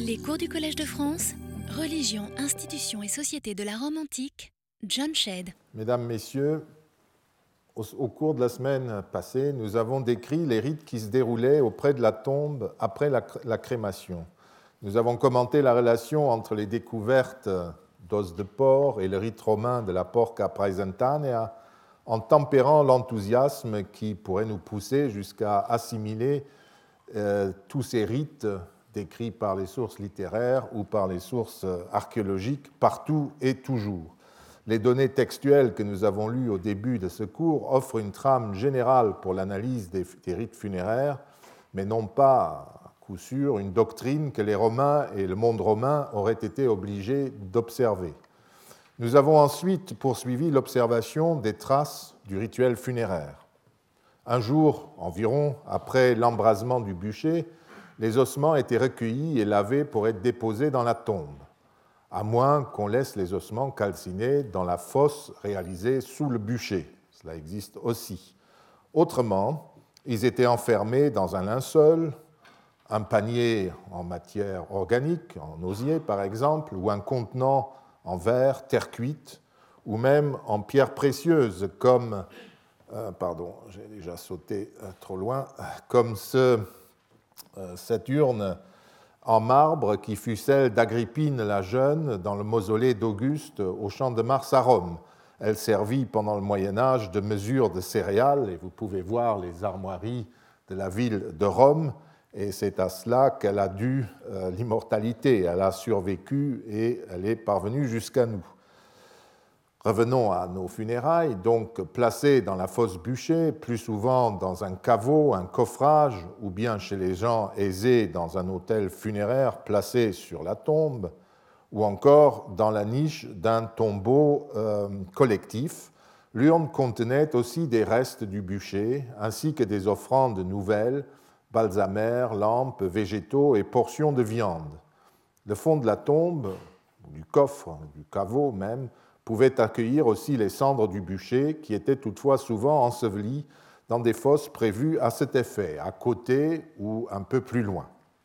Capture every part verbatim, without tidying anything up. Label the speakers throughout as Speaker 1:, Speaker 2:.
Speaker 1: Les cours du Collège de France, Religion, institutions et société de la Rome antique, John Shedd.
Speaker 2: Mesdames, Messieurs, au, au cours de la semaine passée, nous avons décrit les rites qui se déroulaient auprès de la tombe après la, la crémation. Nous avons commenté la relation entre les découvertes d'os de porc et le rite romain de la porca praesentanea, en tempérant l'enthousiasme qui pourrait nous pousser jusqu'à assimiler euh, tous ces rites décrits par les sources littéraires ou par les sources archéologiques partout et toujours. Les données textuelles que nous avons lues au début de ce cours offrent une trame générale pour l'analyse des, des rites funéraires, mais non pas, à coup sûr, une doctrine que les Romains et le monde romain auraient été obligés d'observer. Nous avons ensuite poursuivi l'observation des traces du rituel funéraire. Un jour environ après l'embrasement du bûcher, les ossements étaient recueillis et lavés pour être déposés dans la tombe, à moins qu'on laisse les ossements calcinés dans la fosse réalisée sous le bûcher. Cela existe aussi. Autrement, ils étaient enfermés dans un linceul, un panier en matière organique, en osier par exemple, ou un contenant en verre, terre cuite, ou même en pierres précieuses, comme, euh, pardon, j'ai déjà sauté euh, trop loin, comme ce, euh, cette urne en marbre qui fut celle d'Agrippine la Jeune dans le mausolée d'Auguste au champ de Mars à Rome. Elle servit pendant le Moyen-Âge de mesure de céréales, et vous pouvez voir les armoiries de la ville de Rome, et c'est à cela qu'elle a dû euh, l'immortalité. Elle a survécu et elle est parvenue jusqu'à nous. Revenons à nos funérailles, donc placées dans la fosse bûcher, plus souvent dans un caveau, un coffrage, ou bien chez les gens aisés dans un autel funéraire placé sur la tombe, ou encore dans la niche d'un tombeau euh, collectif. L'urne contenait aussi des restes du bûcher, ainsi que des offrandes nouvelles, balsamères, lampes, végétaux et portions de viande. Le fond de la tombe, du coffre, du caveau même, pouvait accueillir aussi les cendres du bûcher, qui étaient toutefois souvent ensevelies dans des fosses prévues à cet effet, à côté ou un peu plus loin.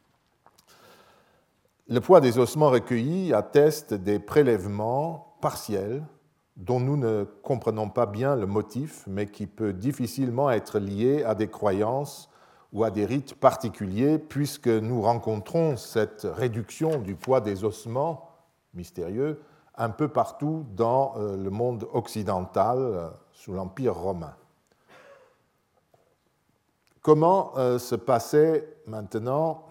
Speaker 2: Le poids des ossements recueillis atteste des prélèvements partiels dont nous ne comprenons pas bien le motif, mais qui peut difficilement être lié à des croyances ou à des rites particuliers, puisque nous rencontrons cette réduction du poids des ossements mystérieux un peu partout dans le monde occidental sous l'Empire romain. Comment se passait maintenant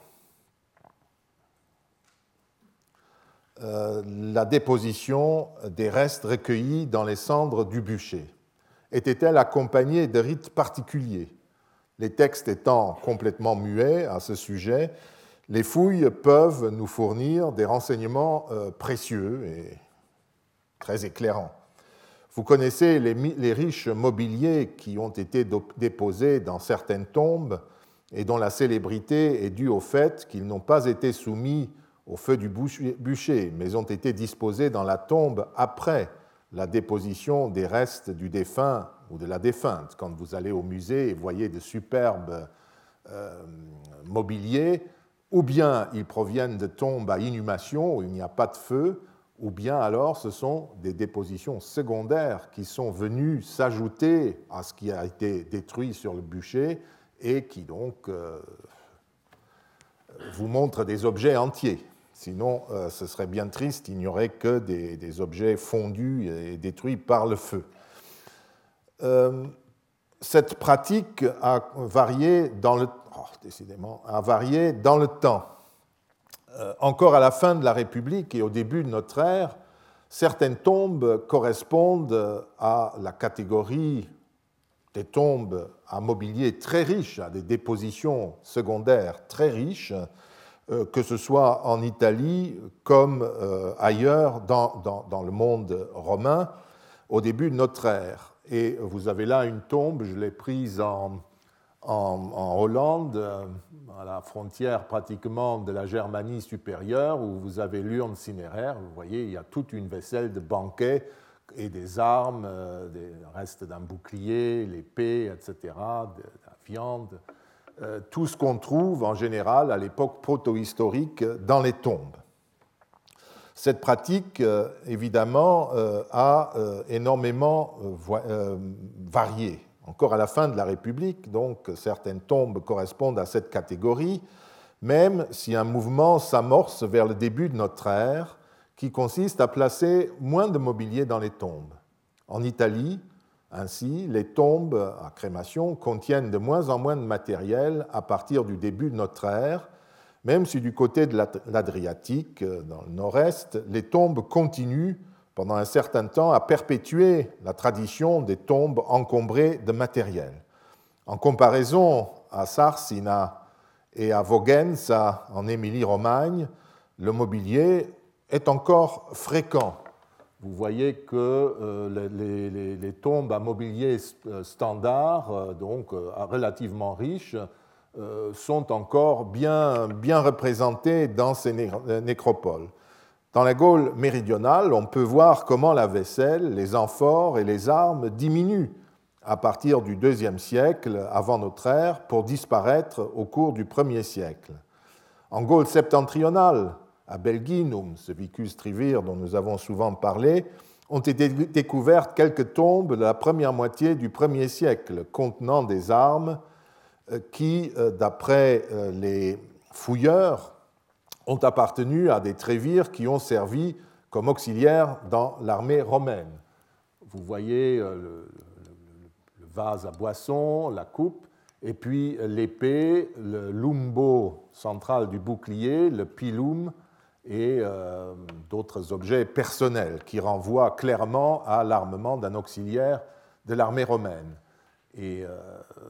Speaker 2: la déposition des restes recueillis dans les cendres du bûcher? Était-elle accompagnée de rites particuliers? Les textes étant complètement muets à ce sujet, les fouilles peuvent nous fournir des renseignements précieux et très éclairants. Vous connaissez les, les riches mobiliers qui ont été déposés dans certaines tombes et dont la célébrité est due au fait qu'ils n'ont pas été soumis au feu du bûcher, mais ont été disposés dans la tombe après la déposition des restes du défunt ou de la défunte. Quand vous allez au musée et voyez de superbes euh, mobiliers, ou bien ils proviennent de tombes à inhumation où il n'y a pas de feu, ou bien alors ce sont des dépositions secondaires qui sont venues s'ajouter à ce qui a été détruit sur le bûcher et qui donc euh, vous montrent des objets entiers. Sinon, euh, ce serait bien triste, il n'y aurait que des, des objets fondus et détruits par le feu. Euh, cette pratique a varié dans le, oh, décidément, a varié dans le temps. Euh, encore à la fin de la République et au début de notre ère, certaines tombes correspondent à la catégorie des tombes à mobilier très riche, à des dépositions secondaires très riches, euh, que ce soit en Italie comme euh, ailleurs dans, dans, dans le monde romain au début de notre ère. Et vous avez là une tombe, je l'ai prise en, en, en Hollande, à la frontière pratiquement de la Germanie supérieure, où vous avez l'urne cinéraire. Vous voyez, il y a toute une vaisselle de banquet et des armes, des restes d'un bouclier, l'épée, et cetera, de la viande, euh, tout ce qu'on trouve en général à l'époque protohistorique dans les tombes. Cette pratique, euh, évidemment, euh, a euh, énormément euh, varié. Encore à la fin de la République, donc certaines tombes correspondent à cette catégorie, même si un mouvement s'amorce vers le début de notre ère, qui consiste à placer moins de mobilier dans les tombes. En Italie, ainsi, les tombes à crémation contiennent de moins en moins de matériel à partir du début de notre ère, même si du côté de l'Adriatique, dans le nord-est, les tombes continuent pendant un certain temps à perpétuer la tradition des tombes encombrées de matériel. En comparaison à Sarsina et à Vogenza en Émilie-Romagne, le mobilier est encore fréquent. Vous voyez que euh, les, les, les tombes à mobilier standard, euh, donc euh, relativement riches, euh, sont encore bien, bien représentées dans ces né nécropoles. Dans la Gaule méridionale, on peut voir comment la vaisselle, les amphores et les armes diminuent à partir du deuxième siècle avant notre ère pour disparaître au cours du premier siècle. En Gaule septentrionale, à Belginum, ce vicus trivir dont nous avons souvent parlé, ont été découvertes quelques tombes de la première moitié du premier siècle contenant des armes qui, d'après les fouilleurs, ont appartenu à des trévires qui ont servi comme auxiliaires dans l'armée romaine. Vous voyez le, le, le vase à boisson, la coupe, et puis l'épée, le lumbo central du bouclier, le pilum, et euh, d'autres objets personnels qui renvoient clairement à l'armement d'un auxiliaire de l'armée romaine. Et euh,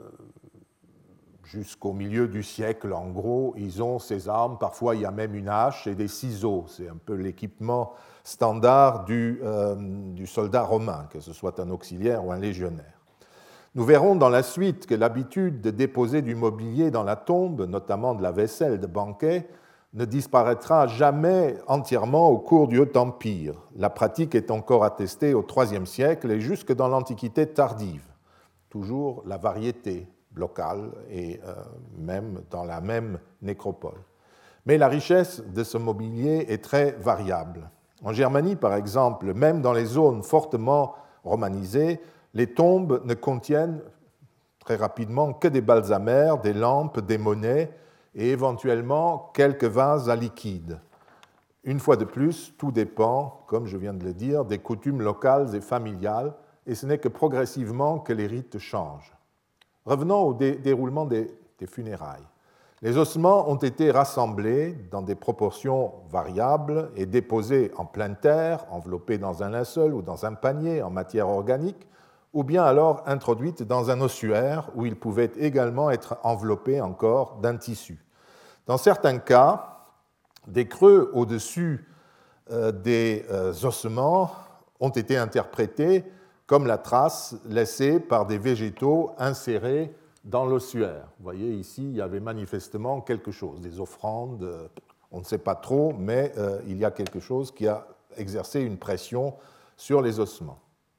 Speaker 2: jusqu'au milieu du siècle, en gros, ils ont ces armes. Parfois, il y a même une hache et des ciseaux. C'est un peu l'équipement standard du, euh, du soldat romain, que ce soit un auxiliaire ou un légionnaire. Nous verrons dans la suite que l'habitude de déposer du mobilier dans la tombe, notamment de la vaisselle de banquet, ne disparaîtra jamais entièrement au cours du Haut Empire. La pratique est encore attestée au troisième siècle et jusque dans l'Antiquité tardive. Toujours la variété locale et euh, même dans la même nécropole. Mais la richesse de ce mobilier est très variable. En Germanie, par exemple, même dans les zones fortement romanisées, les tombes ne contiennent très rapidement que des balsamères, des lampes, des monnaies et éventuellement quelques vases à liquide. Une fois de plus, tout dépend, comme je viens de le dire, des coutumes locales et familiales, et ce n'est que progressivement que les rites changent. Revenons au dé- déroulement des, des funérailles. Les ossements ont été rassemblés dans des proportions variables et déposés en pleine terre, enveloppés dans un linceul ou dans un panier en matière organique, ou bien alors introduites dans un ossuaire où ils pouvaient également être enveloppés encore d'un tissu. Dans certains cas, des creux au-dessus euh, des euh, ossements ont été interprétés comme la trace laissée par des végétaux insérés dans l'ossuaire. Vous voyez, ici, il y avait manifestement quelque chose, des offrandes, euh, on ne sait pas trop, mais euh, il y a quelque chose qui a exercé une pression sur les ossements.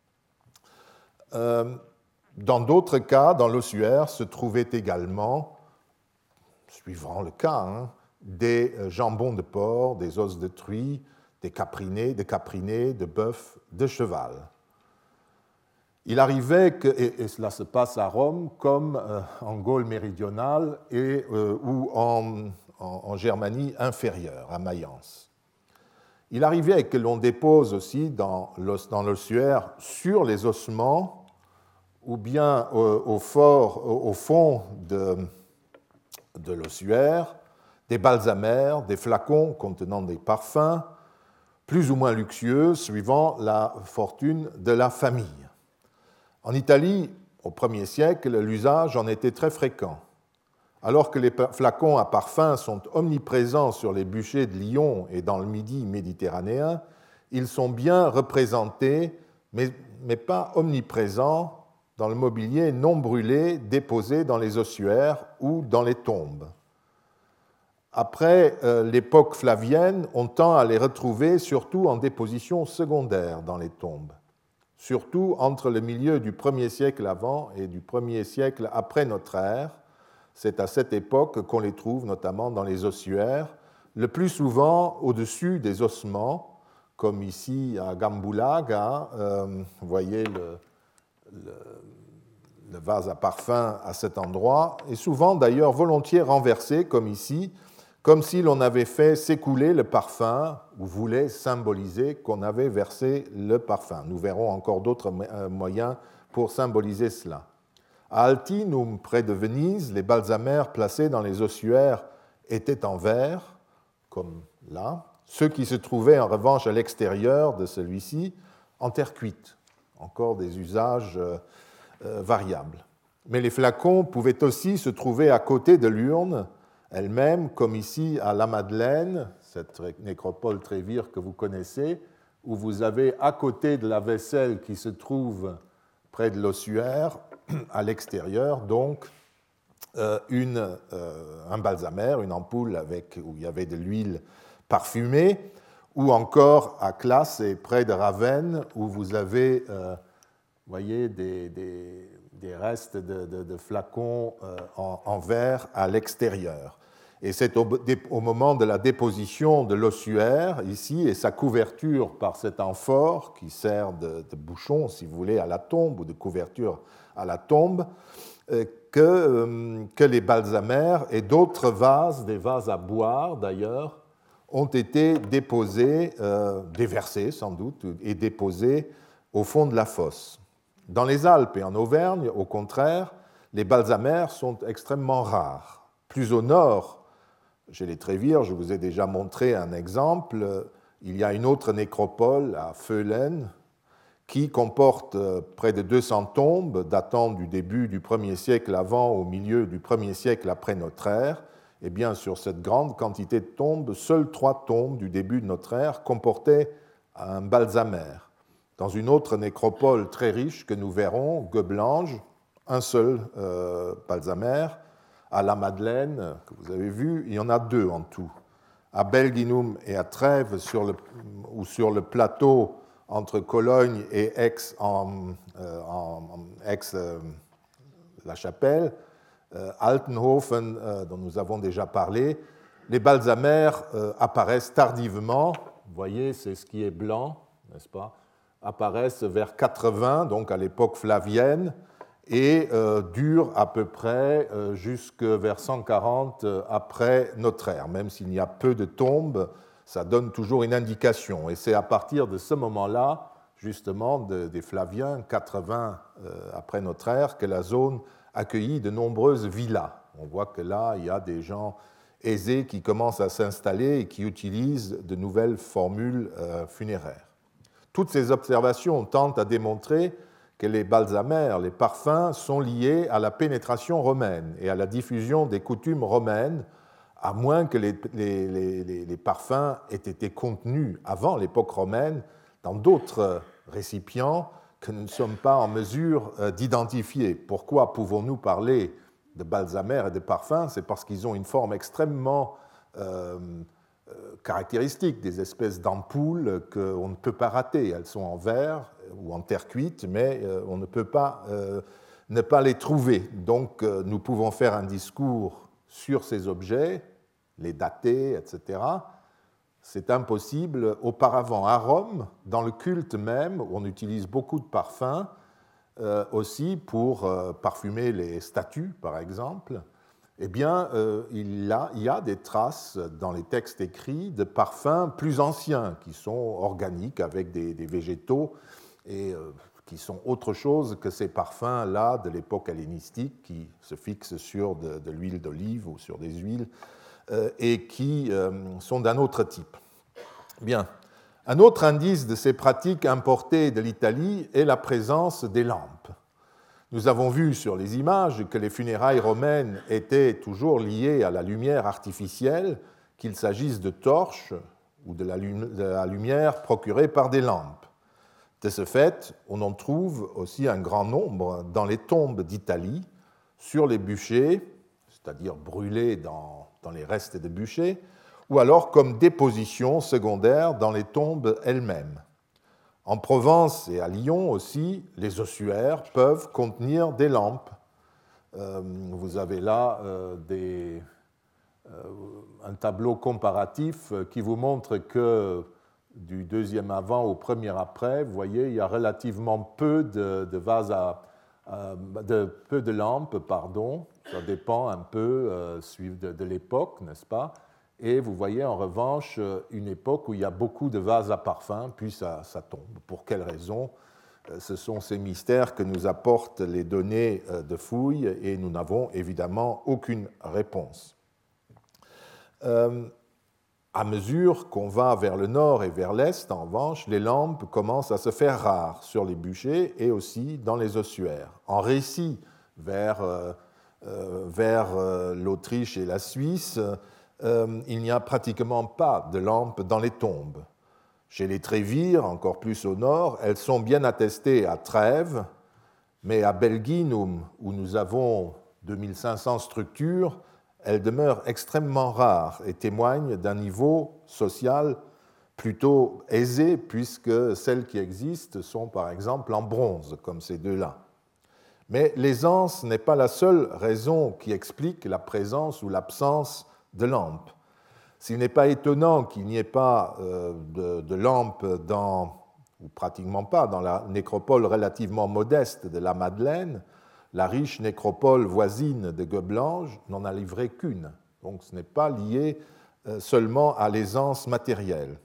Speaker 2: Euh, dans d'autres cas, dans l'ossuaire, se trouvaient également, suivant le cas, hein, des jambons de porc, des os de truie, des caprinés, des caprinés, de bœuf, de cheval. Il arrivait que, et, et cela se passe à Rome comme euh, en Gaule méridionale et, euh, ou en, en, en Germanie inférieure, à Mayence. Il arrivait que l'on dépose aussi dans l'ossuaire sur les ossements ou bien au, au, fort, au, au fond de, de l'ossuaire des balsamères, des flacons contenant des parfums, plus ou moins luxueux, suivant la fortune de la famille. En Italie, au premier siècle, l'usage en était très fréquent. Alors que les flacons à parfum sont omniprésents sur les bûchers de Lyon et dans le Midi méditerranéen, ils sont bien représentés, mais, mais pas omniprésents dans le mobilier non brûlé déposé dans les ossuaires ou dans les tombes. Après euh, l'époque flavienne, on tend à les retrouver surtout en déposition secondaire dans les tombes, surtout entre le milieu du premier siècle avant et du premier siècle après notre ère, C'est à cette époque qu'on les trouve notamment dans les ossuaires, le plus souvent au-dessus des ossements, comme ici à Gambulaga. Euh, vous voyez le, le, le vase à parfum à cet endroit, et souvent d'ailleurs volontiers renversé, comme ici, comme si l'on avait fait s'écouler le parfum, ou voulait symboliser qu'on avait versé le parfum. Nous verrons encore d'autres moyens pour symboliser cela. À Altinum, près de Venise, les balsamères placés dans les ossuaires étaient en verre, comme là. Ceux qui se trouvaient en revanche à l'extérieur de celui-ci, en terre cuite. Encore des usages euh, euh, variables. Mais les flacons pouvaient aussi se trouver à côté de l'urne elle-même, comme ici à La Madeleine, cette nécropole Trévire que vous connaissez, où vous avez à côté de la vaisselle qui se trouve près de l'ossuaire, à l'extérieur, donc, euh, une, euh, un balsamère, une ampoule avec, où il y avait de l'huile parfumée, ou encore à Classe et près de Ravenne, où vous avez, euh, voyez, des, des, des restes de, de, de flacons euh, en, en verre à l'extérieur. Et c'est au, au moment de la déposition de l'ossuaire, ici, et sa couverture par cet amphore qui sert de, de bouchon, si vous voulez, à la tombe, ou de couverture à la tombe, euh, que, euh, que les balsamères et d'autres vases, des vases à boire d'ailleurs, ont été déposés, euh, déversés sans doute, et déposés au fond de la fosse. Dans les Alpes et en Auvergne, au contraire, les balsamères sont extrêmement rares. Plus au nord, chez les Trévires, je vous ai déjà montré un exemple, il y a une autre nécropole à Feulen qui comporte près de deux cents tombes datant du début du premier siècle avant au milieu du premier siècle après notre ère. Et bien, sur cette grande quantité de tombes, seules trois tombes du début de notre ère comportaient un balsamère. Dans une autre nécropole très riche que nous verrons, Gueblange, un seul euh, balsamère. À La Madeleine, que vous avez vu, il y en a deux en tout. À Belginum et à Trèves, sur le, ou sur le plateau entre Cologne et Aix, en, euh, en Aix-la-Chapelle, euh, Altenhofen, euh, dont nous avons déjà parlé, les balsamères euh, apparaissent tardivement. Vous voyez, c'est ce qui est blanc, n'est-ce pas, apparaissent vers quatre-vingts, donc à l'époque flavienne, et euh, durent à peu près euh, jusque vers cent quarante euh, après notre ère. Même s'il y a peu de tombes, ça donne toujours une indication. Et c'est à partir de ce moment-là, justement, de, des Flaviens, quatre-vingts euh, après notre ère, que la zone accueillit de nombreuses villas. On voit que là, il y a des gens aisés qui commencent à s'installer et qui utilisent de nouvelles formules euh, funéraires. Toutes ces observations tentent à démontrer que les balsamères, les parfums, sont liés à la pénétration romaine et à la diffusion des coutumes romaines, à moins que les, les, les, les parfums aient été contenus avant l'époque romaine dans d'autres récipients que nous ne sommes pas en mesure d'identifier. Pourquoi pouvons-nous parler de balsamères et de parfums? C'est parce qu'ils ont une forme extrêmement euh, caractéristique, des espèces d'ampoules qu'on ne peut pas rater. Elles sont en verre ou en terre cuite, mais on ne peut pas euh, ne pas les trouver. Donc nous pouvons faire un discours sur ces objets, les dater, et cetera. C'est impossible auparavant. À Rome, dans le culte même, où on utilise beaucoup de parfums, euh, aussi pour euh, parfumer les statues, par exemple, eh bien, euh, il, a, il y a des traces dans les textes écrits de parfums plus anciens, qui sont organiques, avec des, des végétaux, et euh, qui sont autre chose que ces parfums-là de l'époque hellénistique, qui se fixent sur de, de l'huile d'olive ou sur des huiles, euh, et qui euh, sont d'un autre type. Bien. Un autre indice de ces pratiques importées de l'Italie est la présence des lampes. Nous avons vu sur les images que les funérailles romaines étaient toujours liées à la lumière artificielle, qu'il s'agisse de torches ou de la, de la lumière procurée par des lampes. De ce fait, on en trouve aussi un grand nombre dans les tombes d'Italie, sur les bûchers, c'est-à-dire brûlés dans, dans les restes de bûchers, ou alors comme déposition secondaire dans les tombes elles-mêmes. En Provence et à Lyon aussi, les ossuaires peuvent contenir des lampes. Euh, vous avez là euh, des, euh, un tableau comparatif qui vous montre que du deuxième avant au premier après, vous voyez, il y a relativement peu de, de vases à, à, de, peu de lampes, pardon. Ça dépend un peu euh, de, de l'époque, n'est-ce pas? Et vous voyez en revanche une époque où il y a beaucoup de vases à parfum, puis ça, ça tombe. Pour quelles raisons? Ce sont ces mystères que nous apportent les données de fouilles et nous n'avons évidemment aucune réponse. Euh, à mesure qu'on va vers le nord et vers l'est, en revanche, les lampes commencent à se faire rares sur les bûchers et aussi dans les ossuaires. En récit vers, euh, vers euh, l'Autriche et la Suisse, euh, il n'y a pratiquement pas de lampes dans les tombes. Chez les Trévires, encore plus au nord, elles sont bien attestées à Trèves, mais à Belginum, où nous avons deux mille cinq cents structures, elles demeurent extrêmement rares et témoignent d'un niveau social plutôt aisé, puisque celles qui existent sont par exemple en bronze, comme ces deux-là. Mais l'aisance n'est pas la seule raison qui explique la présence ou l'absence de lampes. S'il n'est pas étonnant qu'il n'y ait pas de, de lampes dans, ou pratiquement pas, dans la nécropole relativement modeste de la Madeleine, la riche nécropole voisine de Gueblange n'en a livré qu'une. Donc ce n'est pas lié seulement à l'aisance matérielle.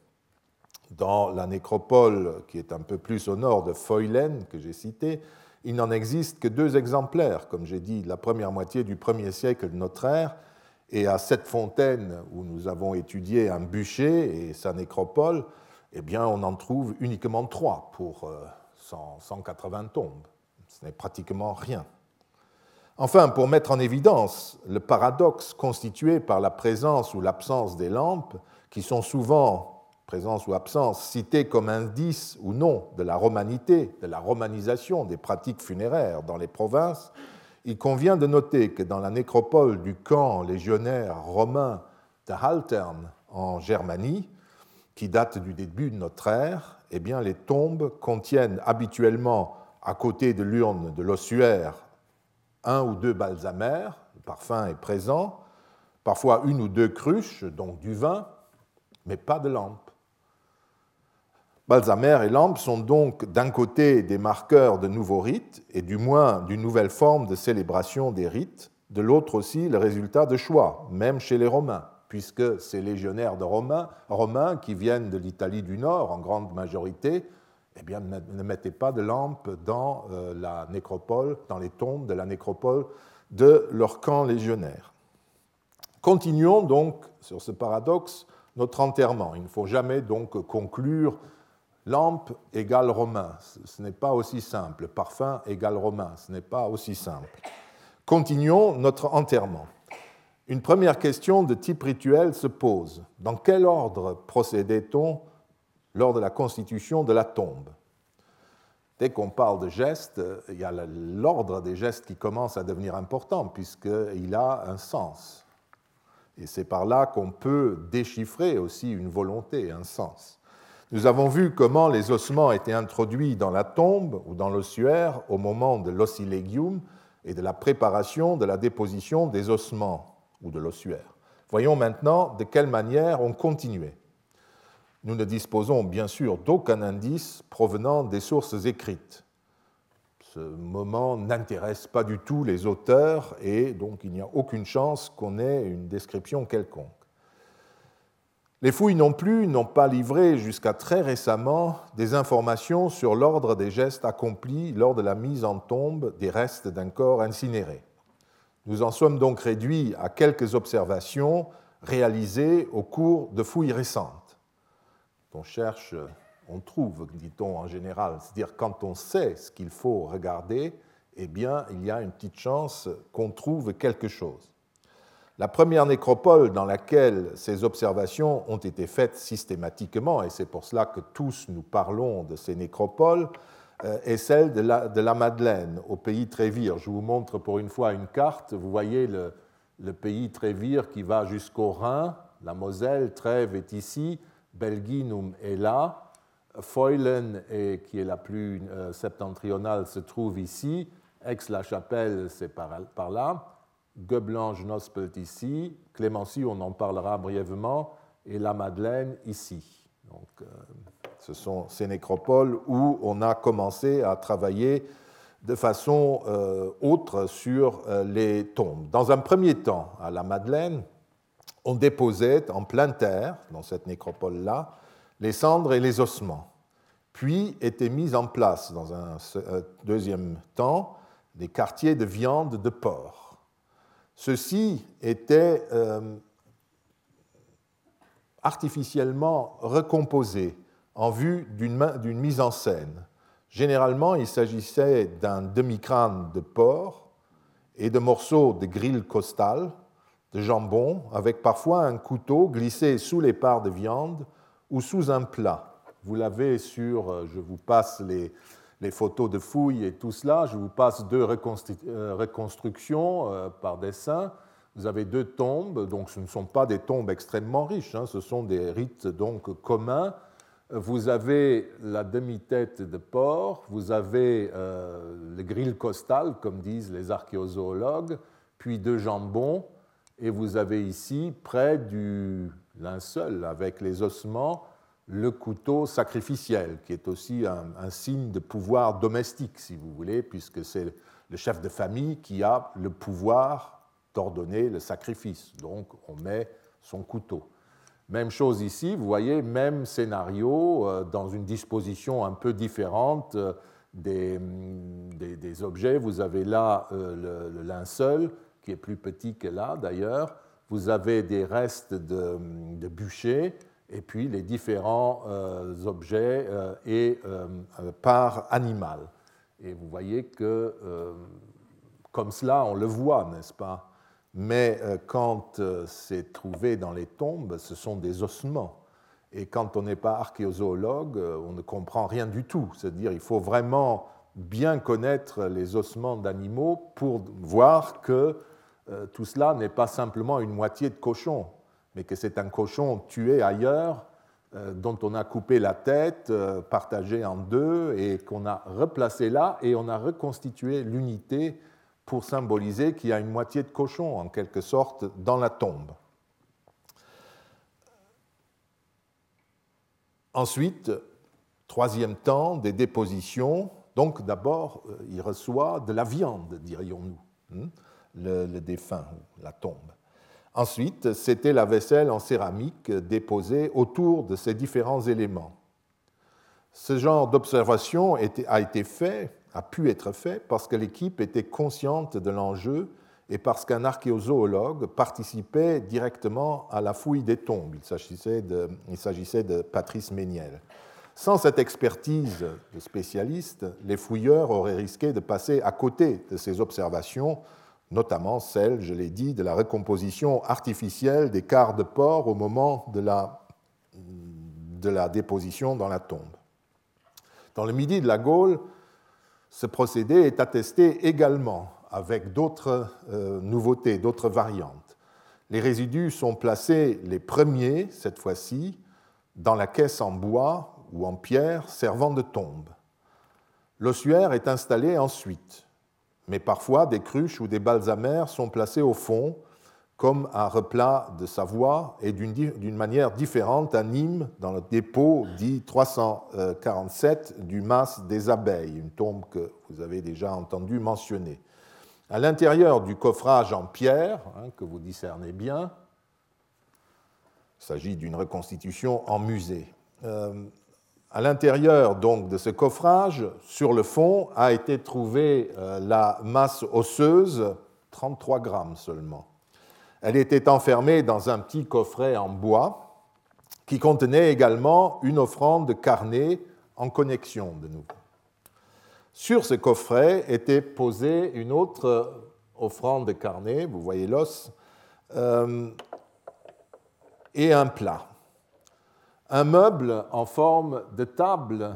Speaker 2: Dans la nécropole qui est un peu plus au nord de Feulen, que j'ai citée, il n'en existe que deux exemplaires, comme j'ai dit, la première moitié du premier siècle de notre ère, et à Sept-Fontaines, où nous avons étudié un bûcher et sa nécropole, eh bien, on en trouve uniquement trois pour cent quatre-vingts tombes. Ce n'est pratiquement rien. Enfin, pour mettre en évidence le paradoxe constitué par la présence ou l'absence des lampes, qui sont souvent, présence ou absence, citées comme indice ou non de la romanité, de la romanisation des pratiques funéraires dans les provinces, il convient de noter que dans la nécropole du camp légionnaire romain de Haltern en Germanie, qui date du début de notre ère, eh bien, les tombes contiennent habituellement, à côté de l'urne de l'ossuaire, un ou deux balsamères, le parfum est présent, parfois une ou deux cruches, donc du vin, mais pas de lampe. Balsamères et lampes sont donc d'un côté des marqueurs de nouveaux rites, et du moins d'une nouvelle forme de célébration des rites, de l'autre aussi le résultat de choix, même chez les Romains, puisque ces légionnaires de Romains, Romains qui viennent de l'Italie du Nord en grande majorité, eh bien, ne mettaient pas de lampes dans la nécropole, dans les tombes de la nécropole de leur camp légionnaire. Continuons donc sur ce paradoxe notre enterrement. Il ne faut jamais donc conclure lampe égale romain, ce n'est pas aussi simple. Parfum égale romain, ce n'est pas aussi simple. Continuons notre enterrement. Une première question de type rituel se pose. Dans quel ordre procédait-on lors de la constitution de la tombe? Dès qu'on parle de gestes, il y a l'ordre des gestes qui commence à devenir important, puisqu'il a un sens. Et c'est par là qu'on peut déchiffrer aussi une volonté, un sens. Nous avons vu comment les ossements étaient introduits dans la tombe ou dans l'ossuaire au moment de l'ossilegium et de la préparation de la déposition des ossements ou de l'ossuaire. Voyons maintenant de quelle manière on continuait. Nous ne disposons bien sûr d'aucun indice provenant des sources écrites. Ce moment n'intéresse pas du tout les auteurs et donc il n'y a aucune chance qu'on ait une description quelconque. Les fouilles non plus n'ont pas livré jusqu'à très récemment des informations sur l'ordre des gestes accomplis lors de la mise en tombe des restes d'un corps incinéré. Nous en sommes donc réduits à quelques observations réalisées au cours de fouilles récentes. On cherche, on trouve, dit-on en général, c'est-à-dire quand on sait ce qu'il faut regarder, eh bien, il y a une petite chance qu'on trouve quelque chose. La première nécropole dans laquelle ces observations ont été faites systématiquement, et c'est pour cela que tous nous parlons de ces nécropoles, est celle de la, de la Madeleine, au pays Trévire. Je vous montre pour une fois une carte. Vous voyez le, le pays Trévire qui va jusqu'au Rhin, la Moselle, Trèves est ici, Belginum est là, Feulen, qui est la plus septentrionale, se trouve ici, Aix-la-Chapelle, c'est par, par là. Gueblange-Nospelt ici. Clémency, on en parlera brièvement. Et la Madeleine ici. Donc, euh, ce sont ces nécropoles où on a commencé à travailler de façon euh, autre sur euh, les tombes. Dans un premier temps, à la Madeleine, on déposait en pleine terre, dans cette nécropole-là, les cendres et les ossements. Puis étaient mis en place, dans un deuxième temps, des quartiers de viande de porc. Ceux-ci étaient euh, artificiellement recomposés en vue d'une, d'une mise en scène. Généralement, il s'agissait d'un demi-crâne de porc et de morceaux de grille costale, de jambon, avec parfois un couteau glissé sous les parts de viande ou sous un plat. Vous l'avez sur, je vous passe les, les photos de fouilles et tout cela, je vous passe deux reconstructions euh, par dessin. Vous avez deux tombes, donc ce ne sont pas des tombes extrêmement riches, hein, ce sont des rites donc communs. Vous avez la demi-tête de porc, vous avez euh, le grille costal, comme disent les archéozoologues, puis deux jambons, et vous avez ici, près du linceul, avec les ossements, le couteau sacrificiel, qui est aussi un, un signe de pouvoir domestique, si vous voulez, puisque c'est le chef de famille qui a le pouvoir d'ordonner le sacrifice. Donc, on met son couteau. Même chose ici, vous voyez, même scénario, euh, dans une disposition un peu différente euh, des, des, des objets. Vous avez là euh, le, le linceul, qui est plus petit que là, d'ailleurs. Vous avez des restes de, de bûcher, et puis les différents euh, objets euh, et euh, par animal. Et vous voyez que, euh, comme cela, on le voit, n'est-ce pas? Mais euh, quand euh, c'est trouvé dans les tombes, ce sont des ossements. Et quand on n'est pas archéozoologue, euh, on ne comprend rien du tout. C'est-à-dire qu'il faut vraiment bien connaître les ossements d'animaux pour voir que euh, tout cela n'est pas simplement une moitié de cochon, mais que c'est un cochon tué ailleurs, euh, dont on a coupé la tête, euh, partagé en deux, et qu'on a replacé là, et on a reconstitué l'unité pour symboliser qu'il y a une moitié de cochon, en quelque sorte, dans la tombe. Ensuite, troisième temps, des dépositions. Donc d'abord, il reçoit de la viande, dirions-nous, le, le défunt, la tombe. Ensuite, c'était la vaisselle en céramique déposée autour de ces différents éléments. Ce genre d'observation a été fait, a pu être fait parce que l'équipe était consciente de l'enjeu et parce qu'un archéozoologue participait directement à la fouille des tombes. Il s'agissait de, il s'agissait de Patrice Méniel. Sans cette expertise de spécialiste, les fouilleurs auraient risqué de passer à côté de ces observations, notamment celle, je l'ai dit, de la recomposition artificielle des quarts de porc au moment de la, de la déposition dans la tombe. Dans le Midi de la Gaule, ce procédé est attesté également avec d'autres euh, nouveautés, d'autres variantes. Les résidus sont placés les premiers, cette fois-ci, dans la caisse en bois ou en pierre servant de tombe. L'ossuaire est installé ensuite, mais parfois des cruches ou des balsamères sont placés au fond, comme à Replat de Savoie, et d'une, d'une manière différente à Nîmes, dans le dépôt dit trois cent quarante-sept du Mas des Abeilles, une tombe que vous avez déjà entendu mentionner. À l'intérieur du coffrage en pierre, hein, que vous discernez bien, il s'agit d'une reconstitution en musée. Euh, à l'intérieur donc de ce coffrage, sur le fond, a été trouvée euh, la masse osseuse, trente-trois grammes seulement. Elle était enfermée dans un petit coffret en bois qui contenait également une offrande carnée en connexion de nouveau. Sur ce coffret était posée une autre offrande carnée, vous voyez l'os, euh, et un plat. Un meuble en forme de table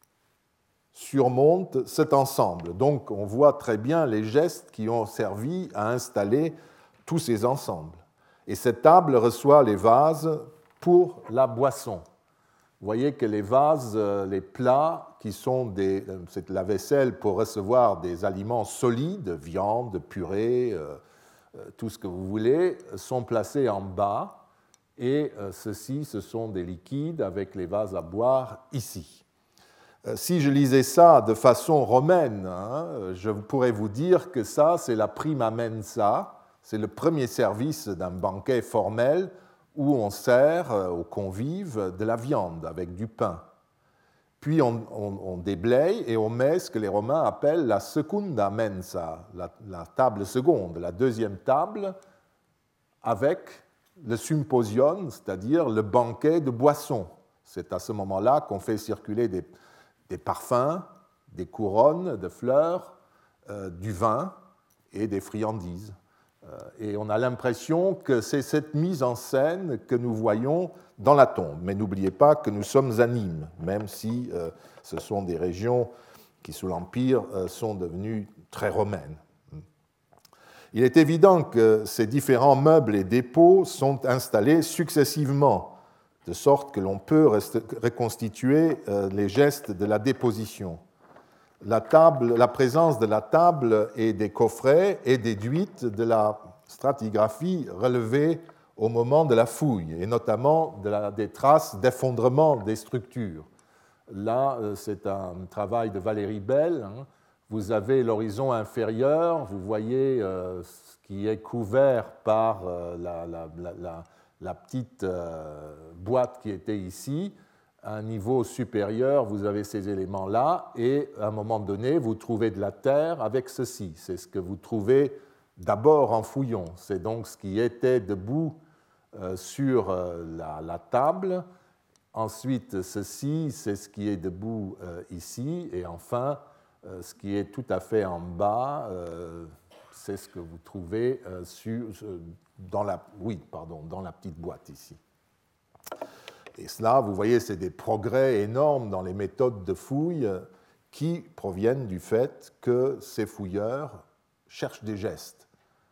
Speaker 2: surmonte cet ensemble. Donc on voit très bien les gestes qui ont servi à installer tous ces ensembles. Et cette table reçoit les vases pour la boisson. Vous voyez que les vases, les plats, qui sont des, c'est la vaisselle pour recevoir des aliments solides, viande, purée, euh, tout ce que vous voulez, sont placés en bas. Et euh, ceux-ci, ce sont des liquides avec les vases à boire ici. Euh, si je lisais ça de façon romaine, hein, je pourrais vous dire que ça, c'est la prima mensa, c'est le premier service d'un banquet formel où on sert aux convives de la viande avec du pain. Puis on, on, on déblaye et on met ce que les Romains appellent la secunda mensa, la, la table seconde, la deuxième table, avec le symposion, c'est-à-dire le banquet de boissons. C'est à ce moment-là qu'on fait circuler des, des parfums, des couronnes de fleurs, euh, du vin et des friandises. Et on a l'impression que c'est cette mise en scène que nous voyons dans la tombe. Mais n'oubliez pas que nous sommes à Nîmes, même si euh, ce sont des régions qui, sous l'Empire, euh, sont devenues très romaines. Il est évident que ces différents meubles et dépôts sont installés successivement, de sorte que l'on peut reconstituer euh, les gestes de la déposition. La, table, la présence de la table et des coffrets est déduite de la stratigraphie relevée au moment de la fouille, et notamment de la, des traces d'effondrement des structures. Là, c'est un travail de Valérie Bell. Hein. Vous avez l'horizon inférieur, vous voyez euh, ce qui est couvert par euh, la, la, la, la petite euh, boîte qui était ici. À un niveau supérieur, vous avez ces éléments-là, et à un moment donné, vous trouvez de la terre avec ceci. C'est ce que vous trouvez d'abord en fouillant. C'est donc ce qui était debout euh, sur euh, la, la table. Ensuite, ceci, c'est ce qui est debout euh, ici. Et enfin, euh, ce qui est tout à fait en bas, euh, c'est ce que vous trouvez euh, sur, dans, la, oui, pardon, dans la petite boîte ici. Et cela, vous voyez, c'est des progrès énormes dans les méthodes de fouille qui proviennent du fait que ces fouilleurs cherchent des gestes.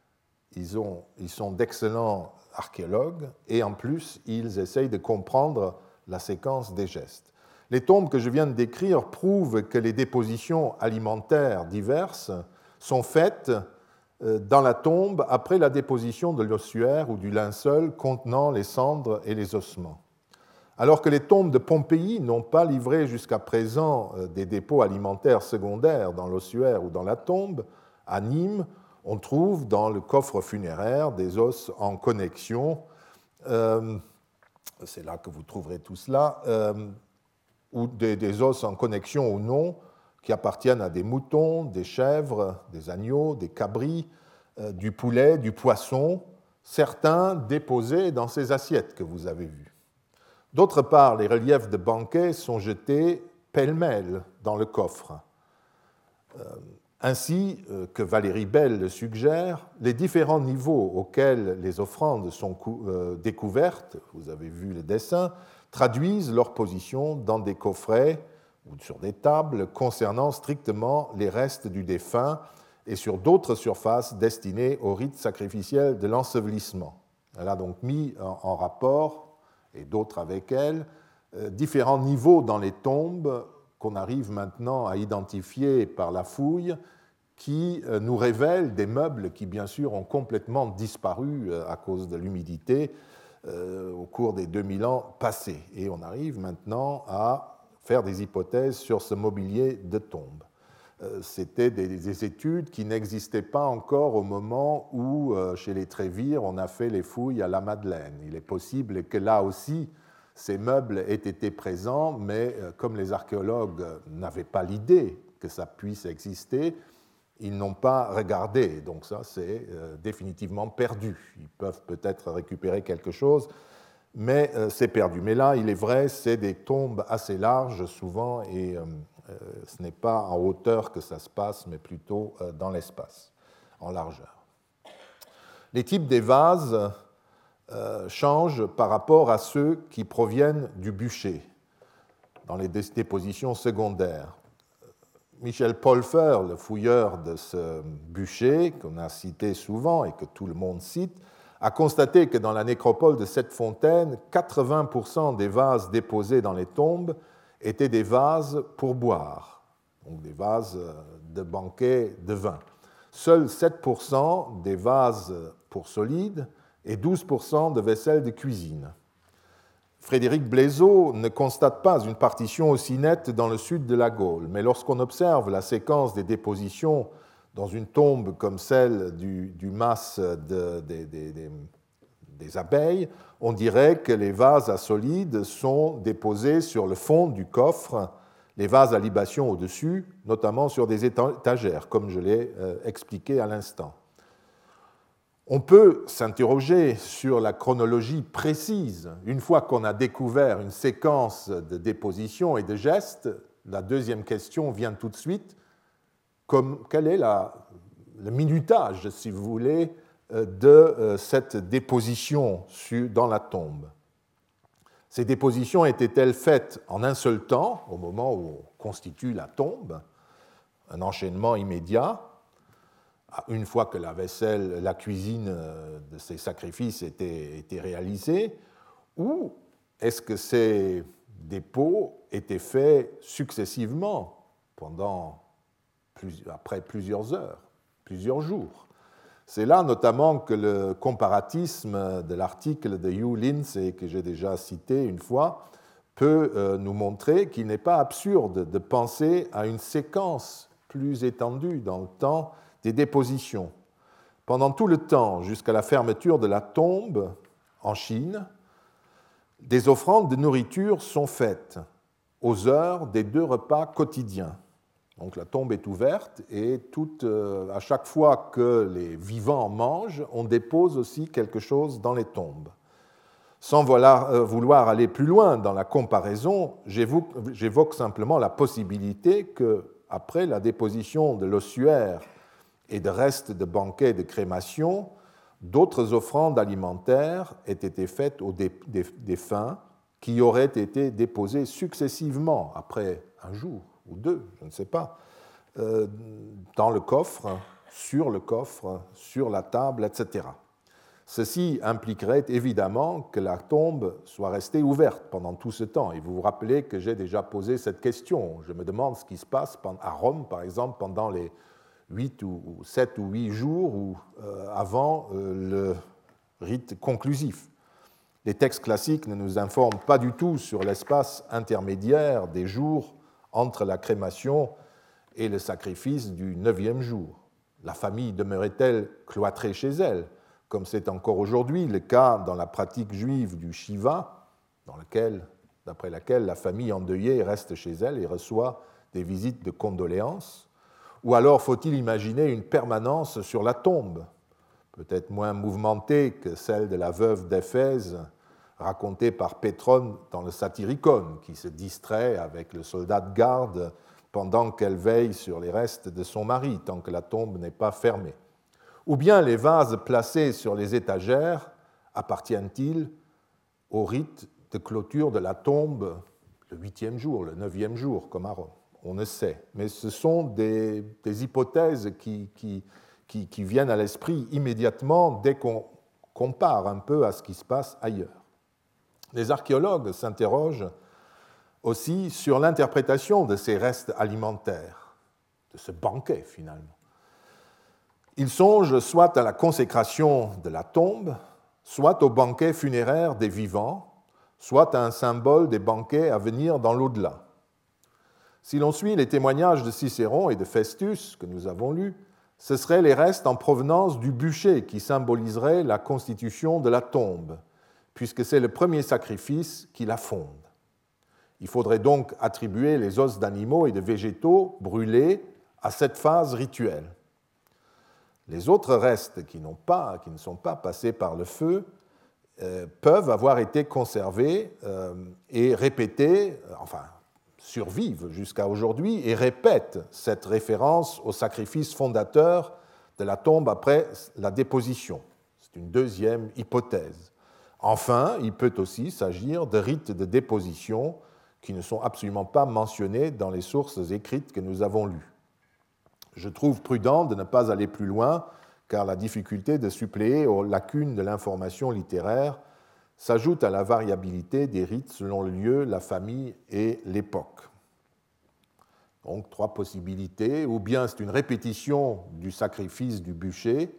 Speaker 2: Ils, ont, ils sont d'excellents archéologues et en plus, ils essayent de comprendre la séquence des gestes. Les tombes que je viens de décrire prouvent que les dépositions alimentaires diverses sont faites dans la tombe après la déposition de l'ossuaire ou du linceul contenant les cendres et les ossements. Alors que les tombes de Pompéi n'ont pas livré jusqu'à présent des dépôts alimentaires secondaires dans l'ossuaire ou dans la tombe, à Nîmes, on trouve dans le coffre funéraire des os en connexion, euh, c'est là que vous trouverez tout cela, euh, ou des, des os en connexion ou non, qui appartiennent à des moutons, des chèvres, des agneaux, des cabris, euh, du poulet, du poisson, certains déposés dans ces assiettes que vous avez vues. D'autre part, les reliefs de banquet sont jetés pêle-mêle dans le coffre. Euh, ainsi que Valérie Bell le suggère, les différents niveaux auxquels les offrandes sont euh, découvertes, vous avez vu le dessin, traduisent leur position dans des coffrets ou sur des tables concernant strictement les restes du défunt et sur d'autres surfaces destinées au rite sacrificiel de l'ensevelissement. Elle a donc mis en, en rapport, et d'autres avec elle, euh, différents niveaux dans les tombes qu'on arrive maintenant à identifier par la fouille, qui euh, nous révèlent des meubles qui, bien sûr, ont complètement disparu euh, à cause de l'humidité euh, au cours des deux mille ans passés. Et on arrive maintenant à faire des hypothèses sur ce mobilier de tombe. Euh, c'était des, des études qui n'existaient pas encore au moment où, euh, chez les Trévire, on a fait les fouilles à la Madeleine. Il est possible que là aussi, ces meubles aient été présents, mais euh, comme les archéologues n'avaient pas l'idée que ça puisse exister, ils n'ont pas regardé. Donc ça, c'est euh, définitivement perdu. Ils peuvent peut-être récupérer quelque chose, mais euh, c'est perdu. Mais là, il est vrai, c'est des tombes assez larges souvent, et euh, euh, ce n'est pas en hauteur que ça se passe, mais plutôt euh, dans l'espace, en largeur. Les types des vases euh, changent par rapport à ceux qui proviennent du bûcher, dans les dépositions secondaires. Michel Polfer, le fouilleur de ce bûcher, qu'on a cité souvent et que tout le monde cite, a constaté que dans la nécropole de Sept-Fontaines, quatre-vingts pour cent des vases déposés dans les tombes étaient des vases pour boire, donc des vases de banquet de vin. Seuls sept pour cent des vases pour solides et douze pour cent de vaisselle de cuisine. Frédéric Blézeau ne constate pas une partition aussi nette dans le sud de la Gaule, mais lorsqu'on observe la séquence des dépositions dans une tombe comme celle du, du mas de, de, de, de, des abeilles, on dirait que les vases à solides sont déposés sur le fond du coffre, les vases à libation au-dessus, notamment sur des étagères, comme je l'ai euh, expliqué à l'instant. On peut s'interroger sur la chronologie précise. Une fois qu'on a découvert une séquence de dépositions et de gestes, la deuxième question vient tout de suite. Comme, quel est la, le minutage, si vous voulez, de cette déposition dans la tombe? Ces dépositions étaient-elles faites en un seul temps, au moment où on constitue la tombe, un enchaînement immédiat, une fois que la vaisselle, la cuisine de ces sacrifices était, était réalisée, ou est-ce que ces dépôts étaient faits successivement pendant après plusieurs heures, plusieurs jours? C'est là notamment que le comparatisme de l'article de Hugh Lindsay, que j'ai déjà cité une fois, peut nous montrer qu'il n'est pas absurde de penser à une séquence plus étendue dans le temps des dépositions. Pendant tout le temps, jusqu'à la fermeture de la tombe en Chine, des offrandes de nourriture sont faites aux heures des deux repas quotidiens. Donc la tombe est ouverte et tout, euh, à chaque fois que les vivants mangent, on dépose aussi quelque chose dans les tombes. Sans vouloir aller plus loin dans la comparaison, j'évoque simplement la possibilité que, après la déposition de l'ossuaire et de restes de banquets de crémation, d'autres offrandes alimentaires aient été faites aux défunts qui auraient été déposées successivement, après un jour ou deux, je ne sais pas, euh, dans le coffre, sur le coffre, sur la table, et cetera. Ceci impliquerait évidemment que la tombe soit restée ouverte pendant tout ce temps. Et vous vous rappelez que j'ai déjà posé cette question. Je me demande ce qui se passe à Rome, par exemple, pendant les huit ou sept ou huit jours ou, euh, avant euh, le rite conclusif. Les textes classiques ne nous informent pas du tout sur l'espace intermédiaire des jours entre la crémation et le sacrifice du neuvième jour. La famille demeurait-elle cloîtrée chez elle, comme c'est encore aujourd'hui le cas dans la pratique juive du Shiva, dans lequel, d'après laquelle la famille endeuillée reste chez elle et reçoit des visites de condoléances? Ou alors faut-il imaginer une permanence sur la tombe, peut-être moins mouvementée que celle de la veuve d'Éphèse, racontée par Pétrone dans le Satyricon, qui se distrait avec le soldat de garde pendant qu'elle veille sur les restes de son mari, tant que la tombe n'est pas fermée? Ou bien les vases placés sur les étagères appartiennent-ils au rite de clôture de la tombe le huitième jour, le neuvième jour, comme à Rome? On ne sait, mais ce sont des, des hypothèses qui, qui, qui, qui viennent à l'esprit immédiatement dès qu'on compare un peu à ce qui se passe ailleurs. Les archéologues s'interrogent aussi sur l'interprétation de ces restes alimentaires, de ce banquet finalement. Ils songent soit à la consécration de la tombe, soit au banquet funéraire des vivants, soit à un symbole des banquets à venir dans l'au-delà. Si l'on suit les témoignages de Cicéron et de Festus que nous avons lus, ce seraient les restes en provenance du bûcher qui symboliseraient la constitution de la tombe, puisque c'est le premier sacrifice qui la fonde. Il faudrait donc attribuer les os d'animaux et de végétaux brûlés à cette phase rituelle. Les autres restes qui, n'ont pas, qui ne sont pas passés par le feu euh, peuvent avoir été conservés euh, et répétés, euh, enfin, survivent jusqu'à aujourd'hui et répètent cette référence au sacrifice fondateur de la tombe après la déposition. C'est une deuxième hypothèse. Enfin, il peut aussi s'agir de rites de déposition qui ne sont absolument pas mentionnés dans les sources écrites que nous avons lues. Je trouve prudent de ne pas aller plus loin car la difficulté de suppléer aux lacunes de l'information littéraire s'ajoute à la variabilité des rites selon le lieu, la famille et l'époque. Donc, trois possibilités. Ou bien c'est une répétition du sacrifice du bûcher,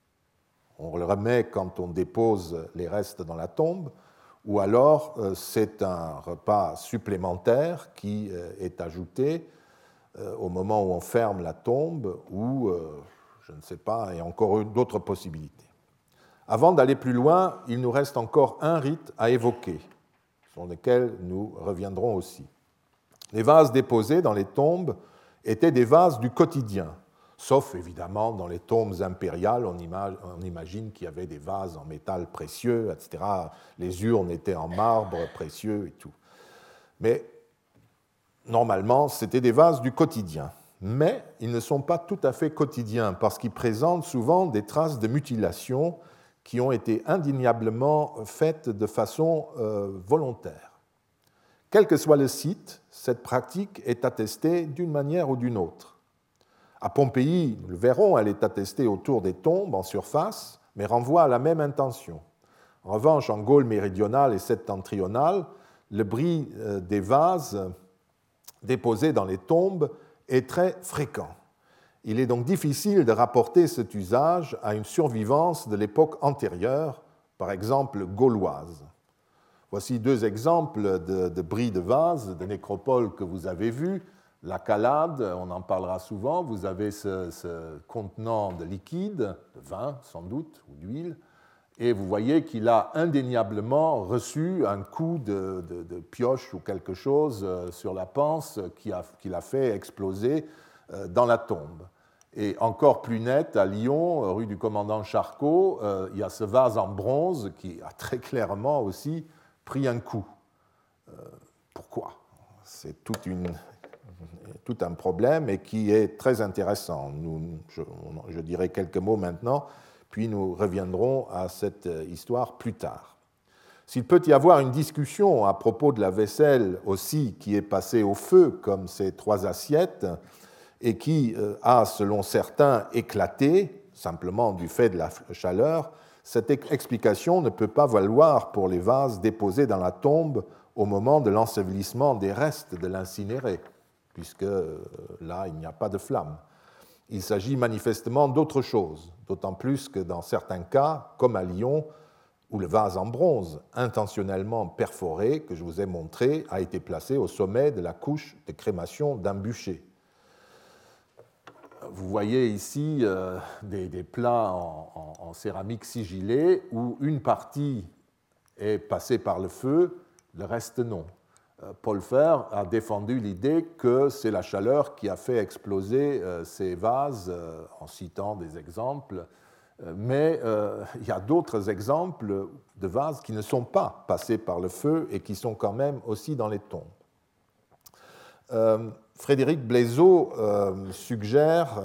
Speaker 2: on le remet quand on dépose les restes dans la tombe, ou alors euh, c'est un repas supplémentaire qui euh, est ajouté euh, au moment où on ferme la tombe, ou, euh, je ne sais pas, il y a encore d'autres possibilités. Avant d'aller plus loin, il nous reste encore un rite à évoquer, sur lequel nous reviendrons aussi. Les vases déposés dans les tombes étaient des vases du quotidien, sauf évidemment dans les tombes impériales, on imagine qu'il y avait des vases en métal précieux, et cetera. Les urnes étaient en marbre précieux et tout. Mais normalement, c'était des vases du quotidien. Mais ils ne sont pas tout à fait quotidiens parce qu'ils présentent souvent des traces de mutilation qui ont été indéniablement faites de façon euh, volontaire. Quel que soit le site, cette pratique est attestée d'une manière ou d'une autre. À Pompéi, nous le verrons, elle est attestée autour des tombes en surface, mais renvoie à la même intention. En revanche, en Gaule méridionale et septentrionale, le bris des vases déposés dans les tombes est très fréquent. Il est donc difficile de rapporter cet usage à une survivance de l'époque antérieure, par exemple gauloise. Voici deux exemples de, de bris de vases, de nécropoles que vous avez vus. La Calade, on en parlera souvent, vous avez ce, ce contenant de liquide, de vin sans doute, ou d'huile, et vous voyez qu'il a indéniablement reçu un coup de, de, de pioche ou quelque chose sur la panse qui a, qui l'a fait exploser dans la tombe. Et encore plus net, à Lyon, rue du commandant Charcot, il y a ce vase en bronze qui a très clairement aussi pris un coup. Pourquoi ? C'est toute une... tout un problème et qui est très intéressant. Nous, je, je dirai quelques mots maintenant, puis nous reviendrons à cette histoire plus tard. S'il peut y avoir une discussion à propos de la vaisselle aussi qui est passée au feu, comme ces trois assiettes, et qui a, selon certains, éclaté, simplement du fait de la chaleur, cette explication ne peut pas valoir pour les vases déposés dans la tombe au moment de l'ensevelissement des restes de l'incinéré, puisque là, il n'y a pas de flamme. Il s'agit manifestement d'autre chose, d'autant plus que dans certains cas, comme à Lyon, où le vase en bronze, intentionnellement perforé, que je vous ai montré, a été placé au sommet de la couche de crémation d'un bûcher. Vous voyez ici euh, des, des plats en, en, en céramique sigillée où une partie est passée par le feu, le reste non. Paul Fert a défendu l'idée que c'est la chaleur qui a fait exploser ces vases, en citant des exemples, mais il y a d'autres exemples de vases qui ne sont pas passés par le feu et qui sont quand même aussi dans les tombes. Frédéric Blaiseau suggère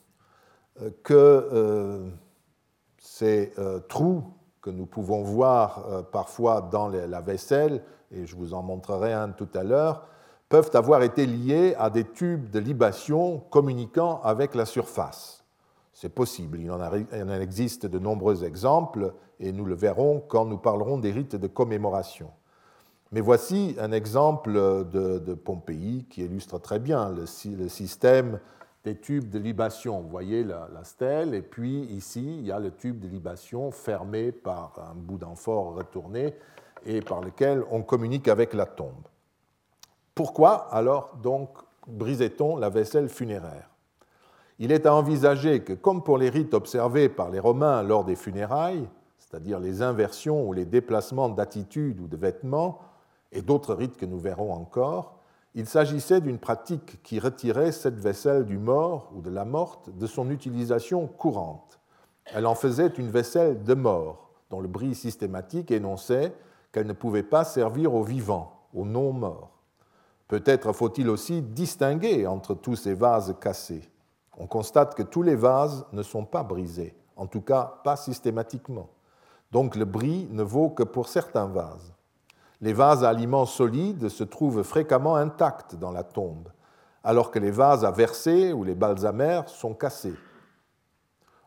Speaker 2: que ces trous que nous pouvons voir parfois dans la vaisselle, et je vous en montrerai un tout à l'heure, peuvent avoir été liés à des tubes de libation communiquant avec la surface. C'est possible, il en, a, il en existe de nombreux exemples, et nous le verrons quand nous parlerons des rites de commémoration. Mais voici un exemple de, de Pompéi qui illustre très bien le, le système des tubes de libation. Vous voyez la, la stèle, et puis ici, il y a le tube de libation fermé par un bout d'amphore retourné, et par lequel on communique avec la tombe. Pourquoi alors donc brisait-on la vaisselle funéraire ? Il est à envisager que, comme pour les rites observés par les Romains lors des funérailles, c'est-à-dire les inversions ou les déplacements d'attitude ou de vêtements, et d'autres rites que nous verrons encore, il s'agissait d'une pratique qui retirait cette vaisselle du mort ou de la morte de son utilisation courante. Elle en faisait une vaisselle de mort, dont le bris systématique énonçait qu'elle ne pouvait pas servir aux vivants, aux non-morts. Peut-être faut-il aussi distinguer entre tous ces vases cassés. On constate que tous les vases ne sont pas brisés, en tout cas pas systématiquement. Donc le bris ne vaut que pour certains vases. Les vases à aliments solides se trouvent fréquemment intacts dans la tombe, alors que les vases à verser ou les balsamères sont cassés.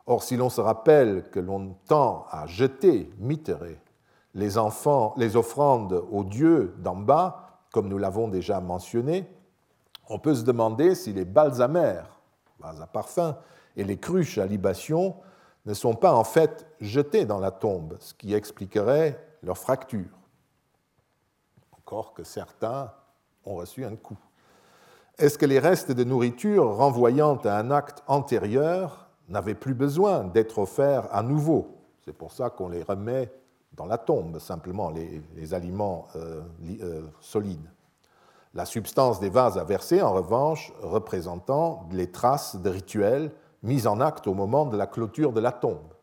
Speaker 2: Or, si l'on se rappelle que l'on tend à jeter, mitere, les, enfants, les offrandes aux dieux d'en bas, comme nous l'avons déjà mentionné, on peut se demander si les balsamères, vases à parfum, et les cruches à libation ne sont pas en fait jetés dans la tombe, ce qui expliquerait leur fracture. Encore que certains ont reçu un coup. Est-ce que les restes de nourriture renvoyant à un acte antérieur n'avaient plus besoin d'être offerts à nouveau? C'est pour ça qu'on les remet dans la tombe, simplement, les, les aliments euh, euh, solides. La substance des vases à verser, en revanche, représentant les traces de rituels mis en acte au moment de la clôture de la tombe.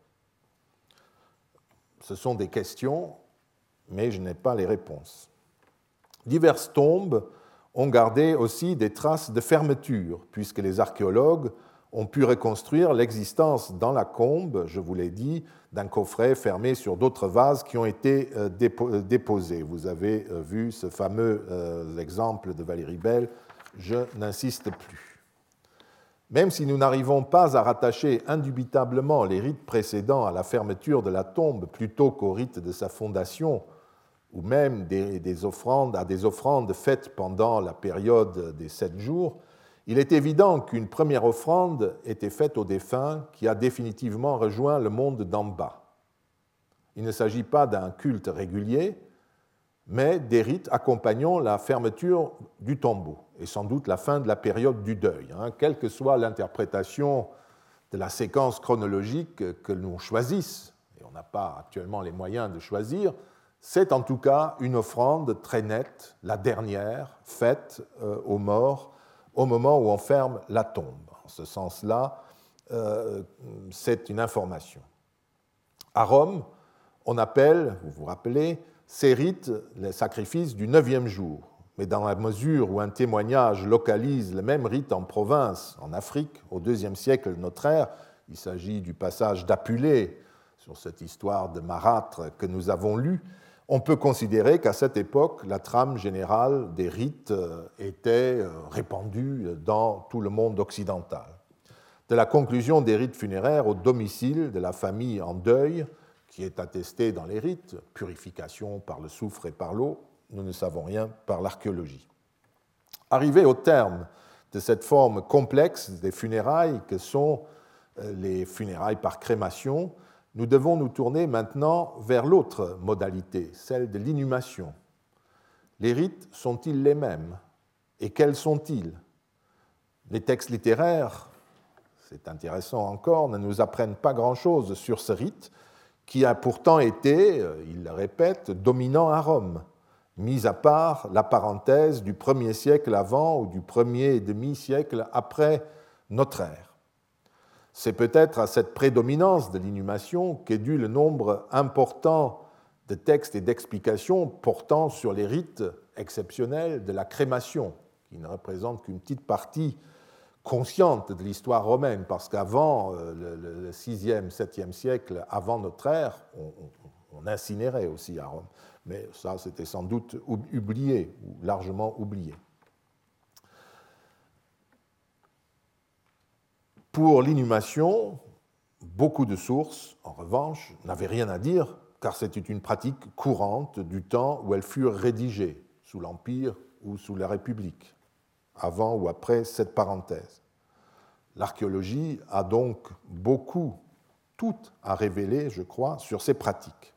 Speaker 2: Ce sont des questions, mais je n'ai pas les réponses. Diverses tombes ont gardé aussi des traces de fermeture, puisque les archéologues ont pu reconstruire l'existence dans la combe, je vous l'ai dit, d'un coffret fermé sur d'autres vases qui ont été déposés. Vous avez vu ce fameux exemple de Valérie Bell, je n'insiste plus. Même si nous n'arrivons pas à rattacher indubitablement les rites précédents à la fermeture de la tombe plutôt qu'au rite de sa fondation, ou même des, des offrandes, à des offrandes faites pendant la période des sept jours, il est évident qu'une première offrande était faite au défunt qui a définitivement rejoint le monde d'en bas. Il ne s'agit pas d'un culte régulier, mais des rites accompagnant la fermeture du tombeau, et sans doute la fin de la période du deuil. Hein, quelle que soit l'interprétation de la séquence chronologique que l'on choisisse, et on n'a pas actuellement les moyens de choisir, c'est en tout cas une offrande très nette, la dernière, faite euh, aux morts au moment où on ferme la tombe. En ce sens-là, euh, c'est une information. À Rome, on appelle, vous vous rappelez, ces rites les sacrifices du neuvième jour. Mais dans la mesure où un témoignage localise le même rite en province, en Afrique, au deuxième siècle de notre ère, il s'agit du passage d'Apulée sur cette histoire de marâtre que nous avons lue, on peut considérer qu'à cette époque, la trame générale des rites était répandue dans tout le monde occidental. De la conclusion des rites funéraires au domicile de la famille en deuil, qui est attestée dans les rites, purification par le soufre et par l'eau, nous ne savons rien par l'archéologie. Arrivé au terme de cette forme complexe des funérailles que sont les funérailles par crémation, nous devons nous tourner maintenant vers l'autre modalité, celle de l'inhumation. Les rites sont-ils les mêmes? Et quels sont-ils? Les textes littéraires, c'est intéressant encore, ne nous apprennent pas grand-chose sur ce rite, qui a pourtant été, il le répète, dominant à Rome, mis à part la parenthèse du premier siècle avant ou du premier demi-siècle après notre ère. C'est peut-être à cette prédominance de l'inhumation qu'est dû le nombre important de textes et d'explications portant sur les rites exceptionnels de la crémation, qui ne représentent qu'une petite partie consciente de l'histoire romaine, parce qu'avant le sixième, septième siècle, avant notre ère, on, on incinérait aussi à Rome. Mais ça, c'était sans doute oublié, ou largement oublié. Pour l'inhumation, beaucoup de sources, en revanche, n'avaient rien à dire, car c'était une pratique courante du temps où elles furent rédigées, sous l'Empire ou sous la République, avant ou après cette parenthèse. L'archéologie a donc beaucoup, tout à révéler, je crois, sur ces pratiques.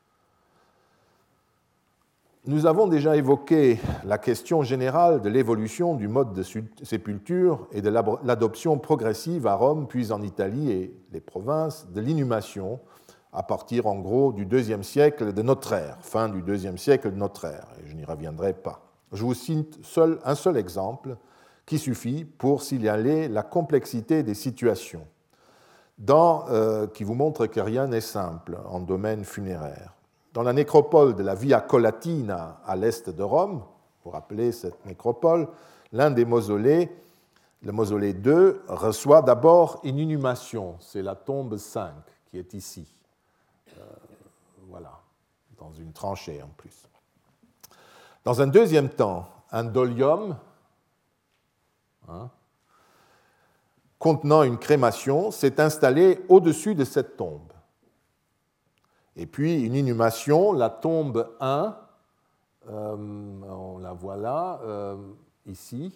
Speaker 2: Nous avons déjà évoqué la question générale de l'évolution du mode de sépulture et de l'adoption progressive à Rome, puis en Italie et les provinces, de l'inhumation, à partir en gros du deuxième siècle de notre ère, fin du deuxième siècle de notre ère, et je n'y reviendrai pas. Je vous cite seul, un seul exemple qui suffit pour signaler la complexité des situations, dans, euh, qui vous montre que rien n'est simple en domaine funéraire. Dans la nécropole de la Via Colatina à l'est de Rome, vous vous rappelez cette nécropole, l'un des mausolées, le mausolée deux, reçoit d'abord une inhumation, c'est la tombe cinq qui est ici, euh, voilà, dans une tranchée en plus. Dans un deuxième temps, un dolium, hein, contenant une crémation s'est installé au-dessus de cette tombe. Et puis une inhumation, la tombe un, euh, on la voit là, euh, ici,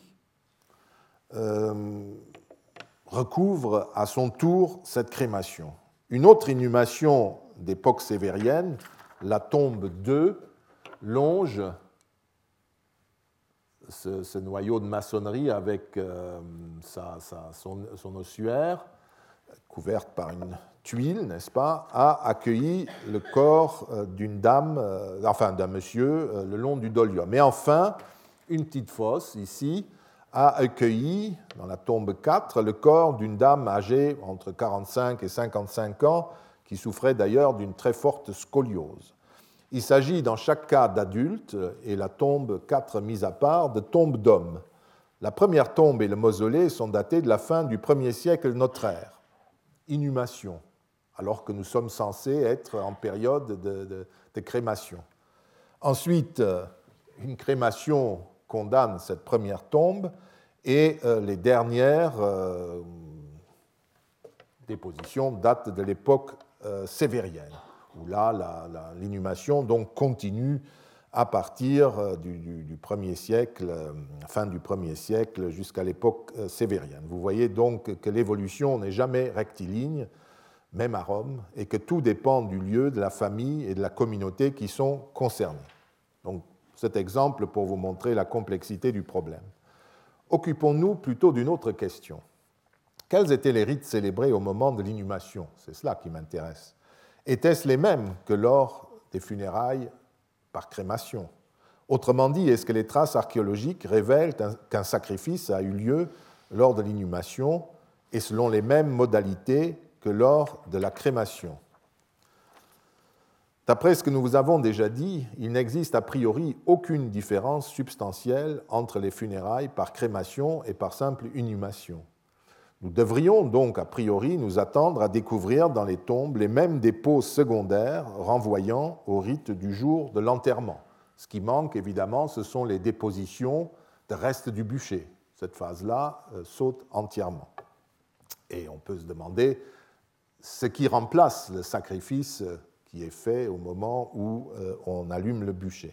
Speaker 2: euh, recouvre à son tour cette crémation. Une autre inhumation d'époque sévérienne, la tombe deux, longe ce, ce noyau de maçonnerie avec euh, sa, sa, son, son ossuaire, couverte par une tuile, n'est-ce pas, a accueilli le corps d'une dame, euh, enfin d'un monsieur, euh, le long du Dolium. Mais enfin, une petite fosse, ici, a accueilli, dans la tombe quatre, le corps d'une dame âgée entre quarante-cinq et cinquante-cinq ans, qui souffrait d'ailleurs d'une très forte scoliose. Il s'agit dans chaque cas d'adultes, et la tombe quatre mise à part, de tombes d'hommes. La première tombe et le mausolée sont datés de la fin du premier siècle de notre ère. Inhumation, alors que nous sommes censés être en période de, de, de crémation. Ensuite, une crémation condamne cette première tombe, et euh, les dernières euh, dépositions datent de l'époque euh, sévérienne, où là, la, la, l'inhumation donc continue à partir du, du, du premier siècle, euh, fin du premier siècle, jusqu'à l'époque euh, sévérienne. Vous voyez donc que l'évolution n'est jamais rectiligne, même à Rome, et que tout dépend du lieu, de la famille et de la communauté qui sont concernés. Donc, cet exemple pour vous montrer la complexité du problème. Occupons-nous plutôt d'une autre question. Quels étaient les rites célébrés au moment de l'inhumation? C'est cela qui m'intéresse. Étaient-ce les mêmes que lors des funérailles par crémation? Autrement dit, est-ce que les traces archéologiques révèlent qu'un sacrifice a eu lieu lors de l'inhumation et selon les mêmes modalités que lors de la crémation? D'après ce que nous vous avons déjà dit, il n'existe a priori aucune différence substantielle entre les funérailles par crémation et par simple inhumation. Nous devrions donc a priori nous attendre à découvrir dans les tombes les mêmes dépôts secondaires renvoyant au rite du jour de l'enterrement. Ce qui manque évidemment, ce sont les dépositions de restes du bûcher. Cette phase-là euh, saute entièrement. Et on peut se demander ce qui remplace le sacrifice qui est fait au moment où euh, on allume le bûcher.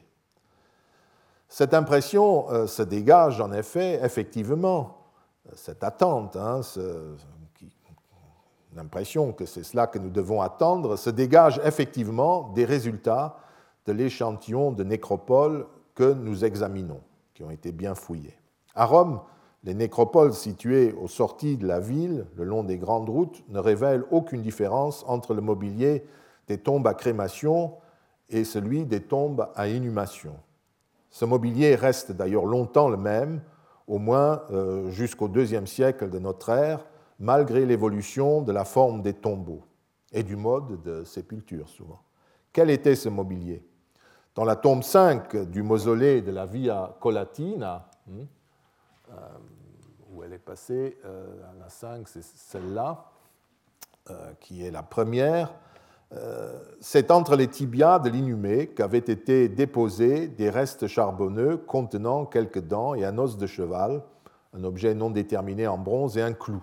Speaker 2: Cette impression euh, se dégage en effet, effectivement, cette attente, hein, ce, qui, l'impression que c'est cela que nous devons attendre, se dégage effectivement des résultats de l'échantillon de nécropoles que nous examinons, qui ont été bien fouillés. À Rome, les nécropoles situées aux sorties de la ville, le long des grandes routes, ne révèlent aucune différence entre le mobilier des tombes à crémation et celui des tombes à inhumation. Ce mobilier reste d'ailleurs longtemps le même, au moins euh, jusqu'au deuxième siècle de notre ère, malgré l'évolution de la forme des tombeaux et du mode de sépulture souvent. Quel était ce mobilier? Dans la tombe cinq du mausolée de la Via Colatina, euh, où elle est passée, euh, la cinq, c'est celle-là, euh, qui est la première, euh, c'est entre les tibias de l'inhumé qu'avaient été déposés des restes charbonneux contenant quelques dents et un os de cheval, un objet non déterminé en bronze et un clou.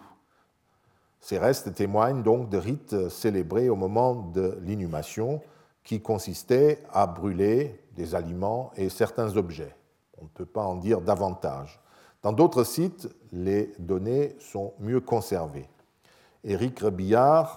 Speaker 2: Ces restes témoignent donc de rites célébrés au moment de l'inhumation qui consistaient à brûler des aliments et certains objets. On ne peut pas en dire davantage. Dans d'autres sites, les données sont mieux conservées. Éric Rebillard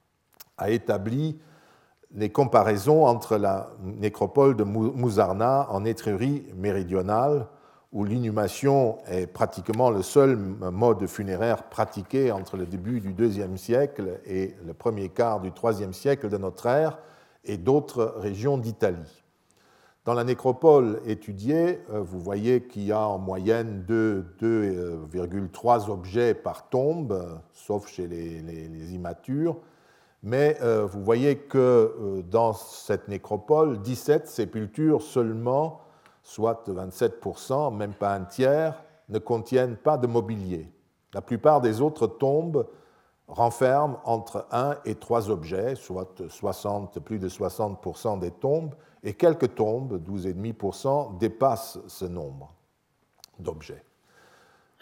Speaker 2: a établi les comparaisons entre la nécropole de Mouzarna en Étrurie méridionale, où l'inhumation est pratiquement le seul mode funéraire pratiqué entre le début du deuxième siècle et le premier quart du troisième siècle de notre ère, et d'autres régions d'Italie. Dans la nécropole étudiée, vous voyez qu'il y a en moyenne deux virgule trois objets par tombe, sauf chez les, les, les immatures, mais euh, vous voyez que euh, dans cette nécropole, dix-sept sépultures seulement, soit vingt-sept pour cent, même pas un tiers, ne contiennent pas de mobilier. La plupart des autres tombes renferment entre un et trois objets, soit soixante, plus de soixante pour cent des tombes, et quelques tombes, douze virgule cinq pour cent, dépassent ce nombre d'objets.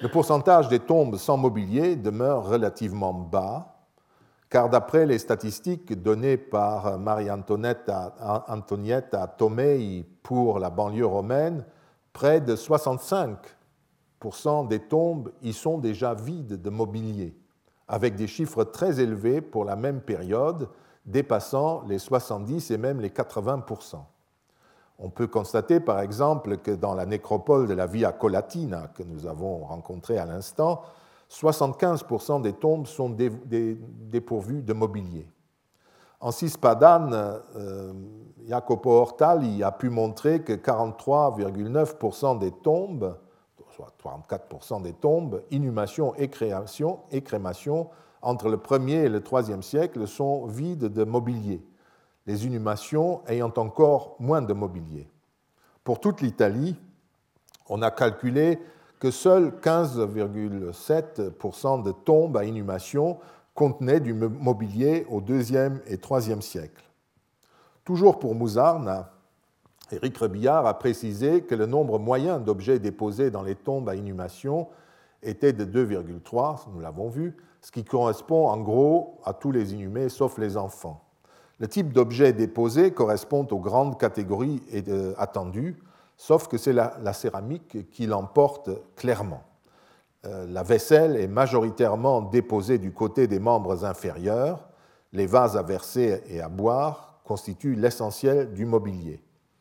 Speaker 2: Le pourcentage des tombes sans mobilier demeure relativement bas, car d'après les statistiques données par Marie-Antonietta Antonietta Tomei pour la banlieue romaine, près de soixante-cinq pour cent des tombes y sont déjà vides de mobilier, avec des chiffres très élevés pour la même période, dépassant les soixante-dix et même les quatre-vingts pour cent. On peut constater par exemple que dans la nécropole de la Via Colatina que nous avons rencontrée à l'instant, soixante-quinze pour cent des tombes sont dépourvues de mobilier. En Cispadane, euh, Jacopo Ortali a pu montrer que quarante-trois virgule neuf pour cent des tombes, soit trente-quatre pour cent des tombes, inhumation et création, et crémation, entre le premier et le troisième siècle sont vides de mobilier, les inhumations ayant encore moins de mobilier. Pour toute l'Italie, on a calculé que seuls quinze virgule sept pour cent de tombes à inhumation contenaient du mobilier au deuxième et troisième siècle. Toujours pour Musarna, Éric Rebillard a précisé que le nombre moyen d'objets déposés dans les tombes à inhumation était de deux virgule trois, nous l'avons vu, ce qui correspond en gros à tous les inhumés sauf les enfants. Le type d'objet déposé correspond aux grandes catégories attendues, sauf que c'est la, la céramique qui l'emporte clairement. Euh, la vaisselle est majoritairement déposée du côté des membres inférieurs. Les vases à verser et à boire constituent l'essentiel du mobilier.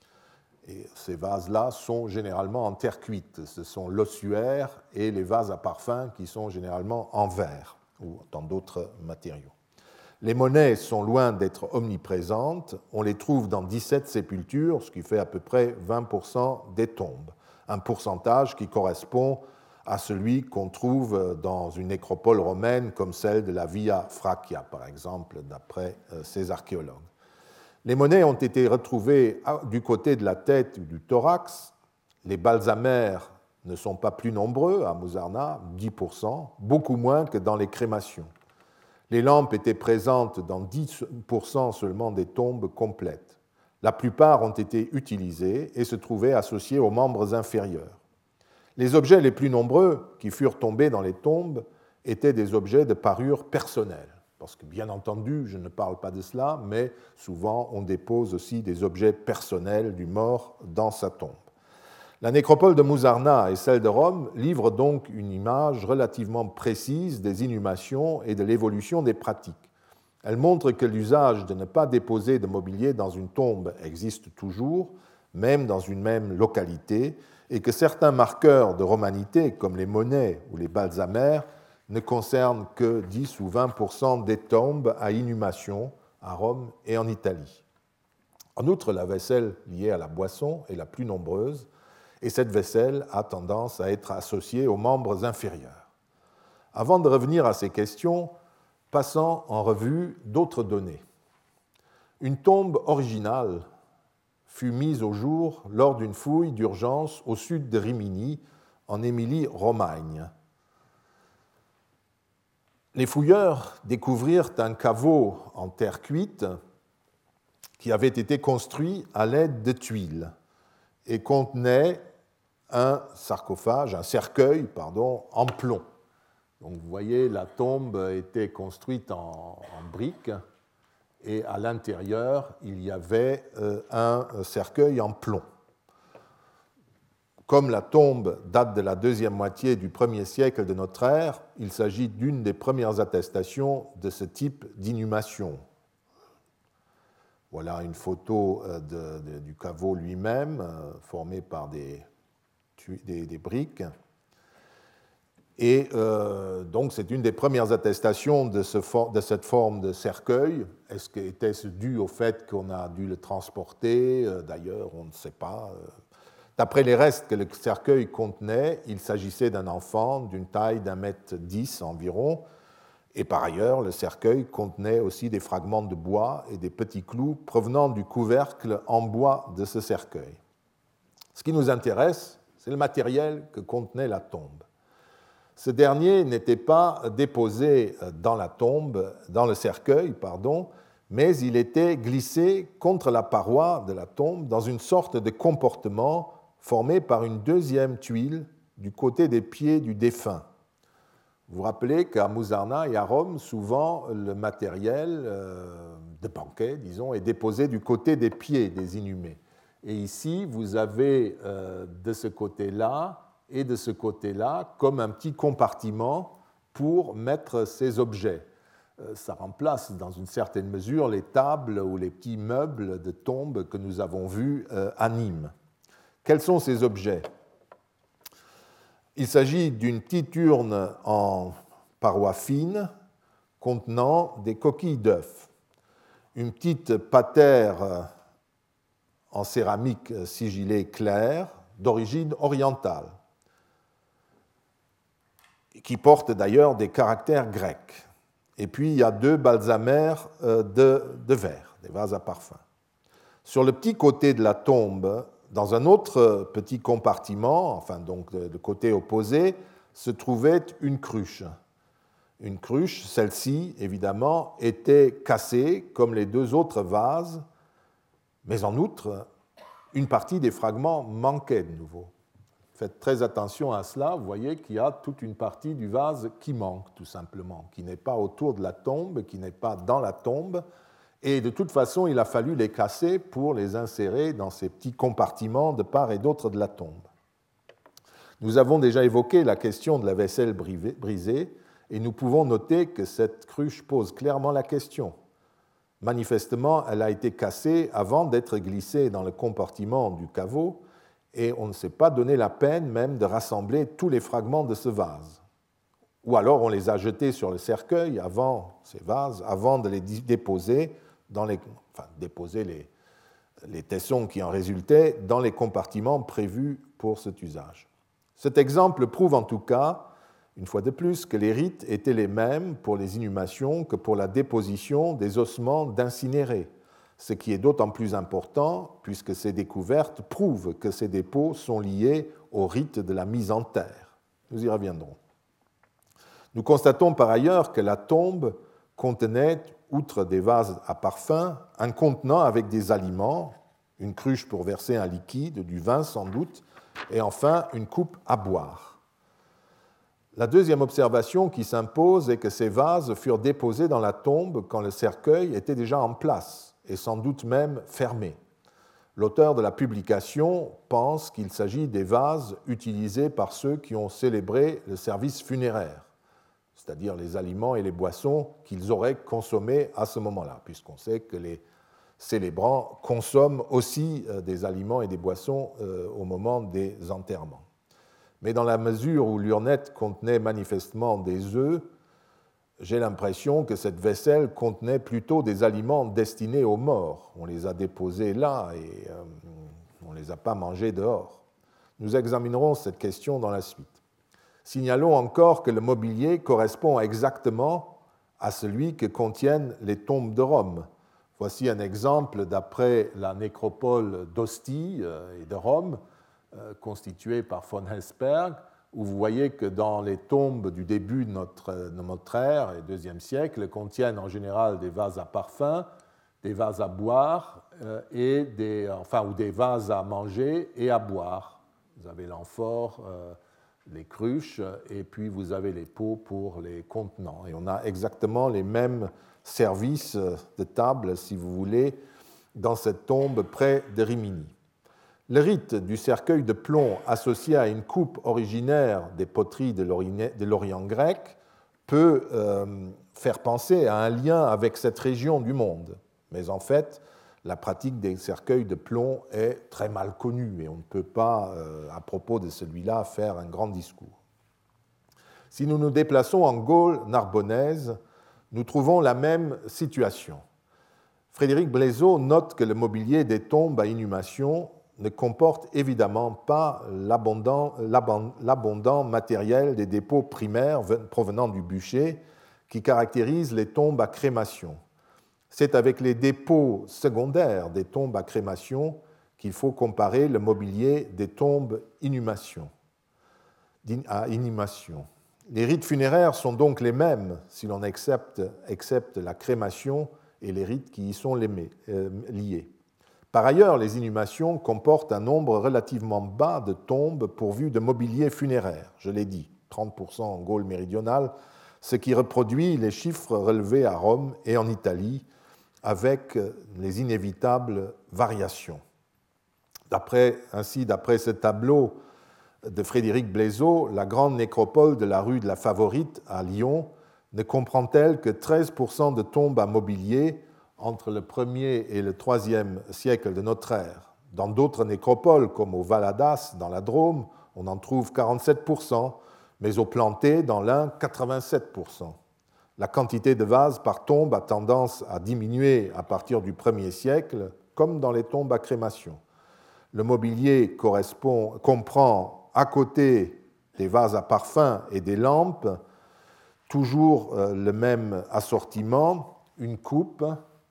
Speaker 2: Et ces vases-là sont généralement en terre cuite. Ce sont l'ossuaire et les vases à parfum qui sont généralement en verre ou dans d'autres matériaux. Les monnaies sont loin d'être omniprésentes. On les trouve dans dix-sept sépultures, ce qui fait à peu près vingt pour cent des tombes, un pourcentage qui correspond à celui qu'on trouve dans une nécropole romaine comme celle de la Via Fracchia, par exemple, d'après ces archéologues. Les monnaies ont été retrouvées du côté de la tête ou du thorax. Les balsamères ne sont pas plus nombreux à Musarna, dix pour cent, beaucoup moins que dans les crémations. Les lampes étaient présentes dans dix pour cent seulement des tombes complètes. La plupart ont été utilisées et se trouvaient associés aux membres inférieurs. Les objets les plus nombreux qui furent tombés dans les tombes étaient des objets de parure personnelle. Parce que, bien entendu, je ne parle pas de cela, mais souvent on dépose aussi des objets personnels du mort dans sa tombe. La nécropole de Musarna et celle de Rome livrent donc une image relativement précise des inhumations et de l'évolution des pratiques. Elle montre que l'usage de ne pas déposer de mobilier dans une tombe existe toujours, même dans une même localité, et que certains marqueurs de romanité, comme les monnaies ou les balsamères, ne concernent que dix ou vingt pour cent des tombes à inhumation à Rome et en Italie. En outre, la vaisselle liée à la boisson est la plus nombreuse, et cette vaisselle a tendance à être associée aux membres inférieurs. Avant de revenir à ces questions, passons en revue d'autres données. Une tombe originale fut mise au jour lors d'une fouille d'urgence au sud de Rimini, en Émilie-Romagne. Les fouilleurs découvrirent un caveau en terre cuite qui avait été construit à l'aide de tuiles et contenait un sarcophage, un cercueil, pardon, en plomb. Donc vous voyez, la tombe était construite en, en briques et à l'intérieur, il y avait un cercueil en plomb. Comme la tombe date de la deuxième moitié du premier siècle de notre ère, il s'agit d'une des premières attestations de ce type d'inhumation. Voilà une photo de, de, du caveau lui-même, formé par des, des, des briques. Et euh, donc, c'est une des premières attestations de, ce for- de cette forme de cercueil. Est-ce que, était-ce dû au fait qu'on a dû le transporter ? D'ailleurs, on ne sait pas. D'après les restes que le cercueil contenait, il s'agissait d'un enfant d'une taille d'un mètre dix environ. Et par ailleurs, le cercueil contenait aussi des fragments de bois et des petits clous provenant du couvercle en bois de ce cercueil. Ce qui nous intéresse, c'est le matériel que contenait la tombe. Ce dernier n'était pas déposé dans la tombe, dans le cercueil, pardon, mais il était glissé contre la paroi de la tombe dans une sorte de comportement formé par une deuxième tuile du côté des pieds du défunt. Vous vous rappelez qu'à Musarna et à Rome, souvent, le matériel euh, de banquet, disons, est déposé du côté des pieds des inhumés. Et ici, vous avez euh, de ce côté-là et de ce côté-là comme un petit compartiment pour mettre ces objets. Euh, ça remplace dans une certaine mesure les tables ou les petits meubles de tombes que nous avons vus euh, à Nîmes. Quels sont ces objets ? Il s'agit d'une petite urne en parois fines contenant des coquilles d'œufs, une petite patère en céramique sigillée claire d'origine orientale, qui porte d'ailleurs des caractères grecs. Et puis il y a deux balsamères de, de verre, des vases à parfum. Sur le petit côté de la tombe, dans un autre petit compartiment, enfin donc de côté opposé, se trouvait une cruche. Une cruche, celle-ci, évidemment, était cassée comme les deux autres vases, mais en outre, une partie des fragments manquait de nouveau. Faites très attention à cela, vous voyez qu'il y a toute une partie du vase qui manque, tout simplement, qui n'est pas autour de la tombe, qui n'est pas dans la tombe. Et de toute façon, il a fallu les casser pour les insérer dans ces petits compartiments de part et d'autre de la tombe. Nous avons déjà évoqué la question de la vaisselle brisée, et nous pouvons noter que cette cruche pose clairement la question. Manifestement, elle a été cassée avant d'être glissée dans le compartiment du caveau, et on ne s'est pas donné la peine même de rassembler tous les fragments de ce vase. Ou alors on les a jetés sur le cercueil avant ces vases, avant de les déposer dans les, enfin, déposer les, les tessons qui en résultaient dans les compartiments prévus pour cet usage. Cet exemple prouve en tout cas, une fois de plus, que les rites étaient les mêmes pour les inhumations que pour la déposition des ossements d'incinérés, ce qui est d'autant plus important puisque ces découvertes prouvent que ces dépôts sont liés au rite de la mise en terre. Nous y reviendrons. Nous constatons par ailleurs que la tombe contenait, outre des vases à parfum, un contenant avec des aliments, une cruche pour verser un liquide, du vin sans doute, et enfin une coupe à boire. La deuxième observation qui s'impose est que ces vases furent déposés dans la tombe quand le cercueil était déjà en place, et sans doute même fermé. L'auteur de la publication pense qu'il s'agit des vases utilisés par ceux qui ont célébré le service funéraire, c'est-à-dire les aliments et les boissons qu'ils auraient consommés à ce moment-là, puisqu'on sait que les célébrants consomment aussi des aliments et des boissons au moment des enterrements. Mais dans la mesure où l'urnette contenait manifestement des œufs, j'ai l'impression que cette vaisselle contenait plutôt des aliments destinés aux morts. On les a déposés là et euh, on ne les a pas mangés dehors. Nous examinerons cette question dans la suite. Signalons encore que le mobilier correspond exactement à celui que contiennent les tombes de Rome. Voici un exemple d'après la nécropole d'Ostie et de Rome, constituée par von Hesberg, où vous voyez que dans les tombes du début de notre, de notre ère, et deuxième siècle, contiennent en général des vases à parfum, des vases à boire, et des, enfin, ou des vases à manger et à boire. Vous avez l'amphore, euh, les cruches, et puis vous avez les pots pour les contenants. Et on a exactement les mêmes services de table, si vous voulez, dans cette tombe près de Rimini. Le rite du cercueil de plomb associé à une coupe originaire des poteries de l'Orient grec peut euh, faire penser à un lien avec cette région du monde. Mais en fait, la pratique des cercueils de plomb est très mal connue et on ne peut pas, euh, à propos de celui-là, faire un grand discours. Si nous nous déplaçons en Gaule narbonnaise, nous trouvons la même situation. Frédéric Blaiseau note que le mobilier des tombes à inhumation ne comporte évidemment pas l'abondant, l'abondant matériel des dépôts primaires provenant du bûcher qui caractérise les tombes à crémation. C'est avec les dépôts secondaires des tombes à crémation qu'il faut comparer le mobilier des tombes inhumation, à inhumation. Les rites funéraires sont donc les mêmes si l'on accepte, accepte la crémation et les rites qui y sont liés. Par ailleurs, les inhumations comportent un nombre relativement bas de tombes pourvues de mobilier funéraire, je l'ai dit, trente pour cent en Gaule méridionale, ce qui reproduit les chiffres relevés à Rome et en Italie, avec les inévitables variations. D'après, ainsi, d'après ce tableau de Frédéric Blaiseau, la grande nécropole de la rue de la Favorite à Lyon ne comprend-elle que treize pour cent de tombes à mobilier entre le premier et le troisième siècle de notre ère. Dans d'autres nécropoles, comme au Valadas, dans la Drôme, on en trouve quarante-sept pour cent, mais au Planté, dans l'Ain, quatre-vingt-sept pour cent. La quantité de vases par tombe a tendance à diminuer à partir du premier siècle, comme dans les tombes à crémation. Le mobilier correspond, comprend, à côté des vases à parfum et des lampes, toujours le même assortiment, une coupe,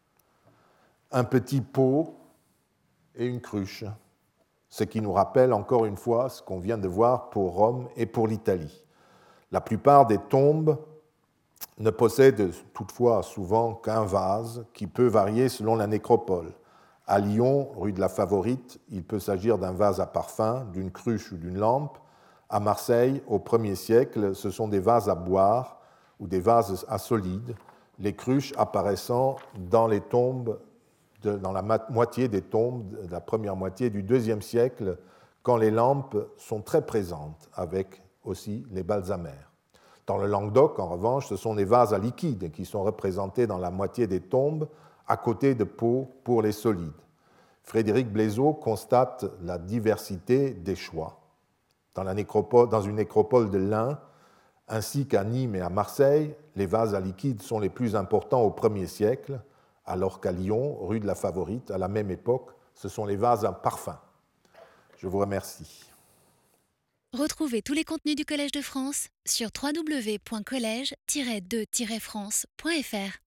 Speaker 2: un petit pot et une cruche, ce qui nous rappelle encore une fois ce qu'on vient de voir pour Rome et pour l'Italie. La plupart des tombes ne possèdent toutefois souvent qu'un vase qui peut varier selon la nécropole. À Lyon, rue de la Favorite, il peut s'agir d'un vase à parfum, d'une cruche ou d'une lampe. À Marseille, au premier siècle, ce sont des vases à boire ou des vases à solides, les cruches apparaissant dans les tombes De, dans la moitié des tombes de la première moitié du deuxième siècle, quand les lampes sont très présentes, avec aussi les balsamères. Dans le Languedoc, en revanche, ce sont des vases à liquide qui sont représentés dans la moitié des tombes, à côté de pots pour les solides. Frédéric Blaiseau constate la diversité des choix. Dans, la nécropole, dans une nécropole de l'Ain, ainsi qu'à Nîmes et à Marseille, les vases à liquide sont les plus importants au premier siècle, alors qu'à Lyon, rue de la Favorite, à la même époque, ce sont les vases à parfum. Je vous remercie.
Speaker 1: Retrouvez tous les contenus du Collège de France sur w w w point collège tiret de tiret france point f r.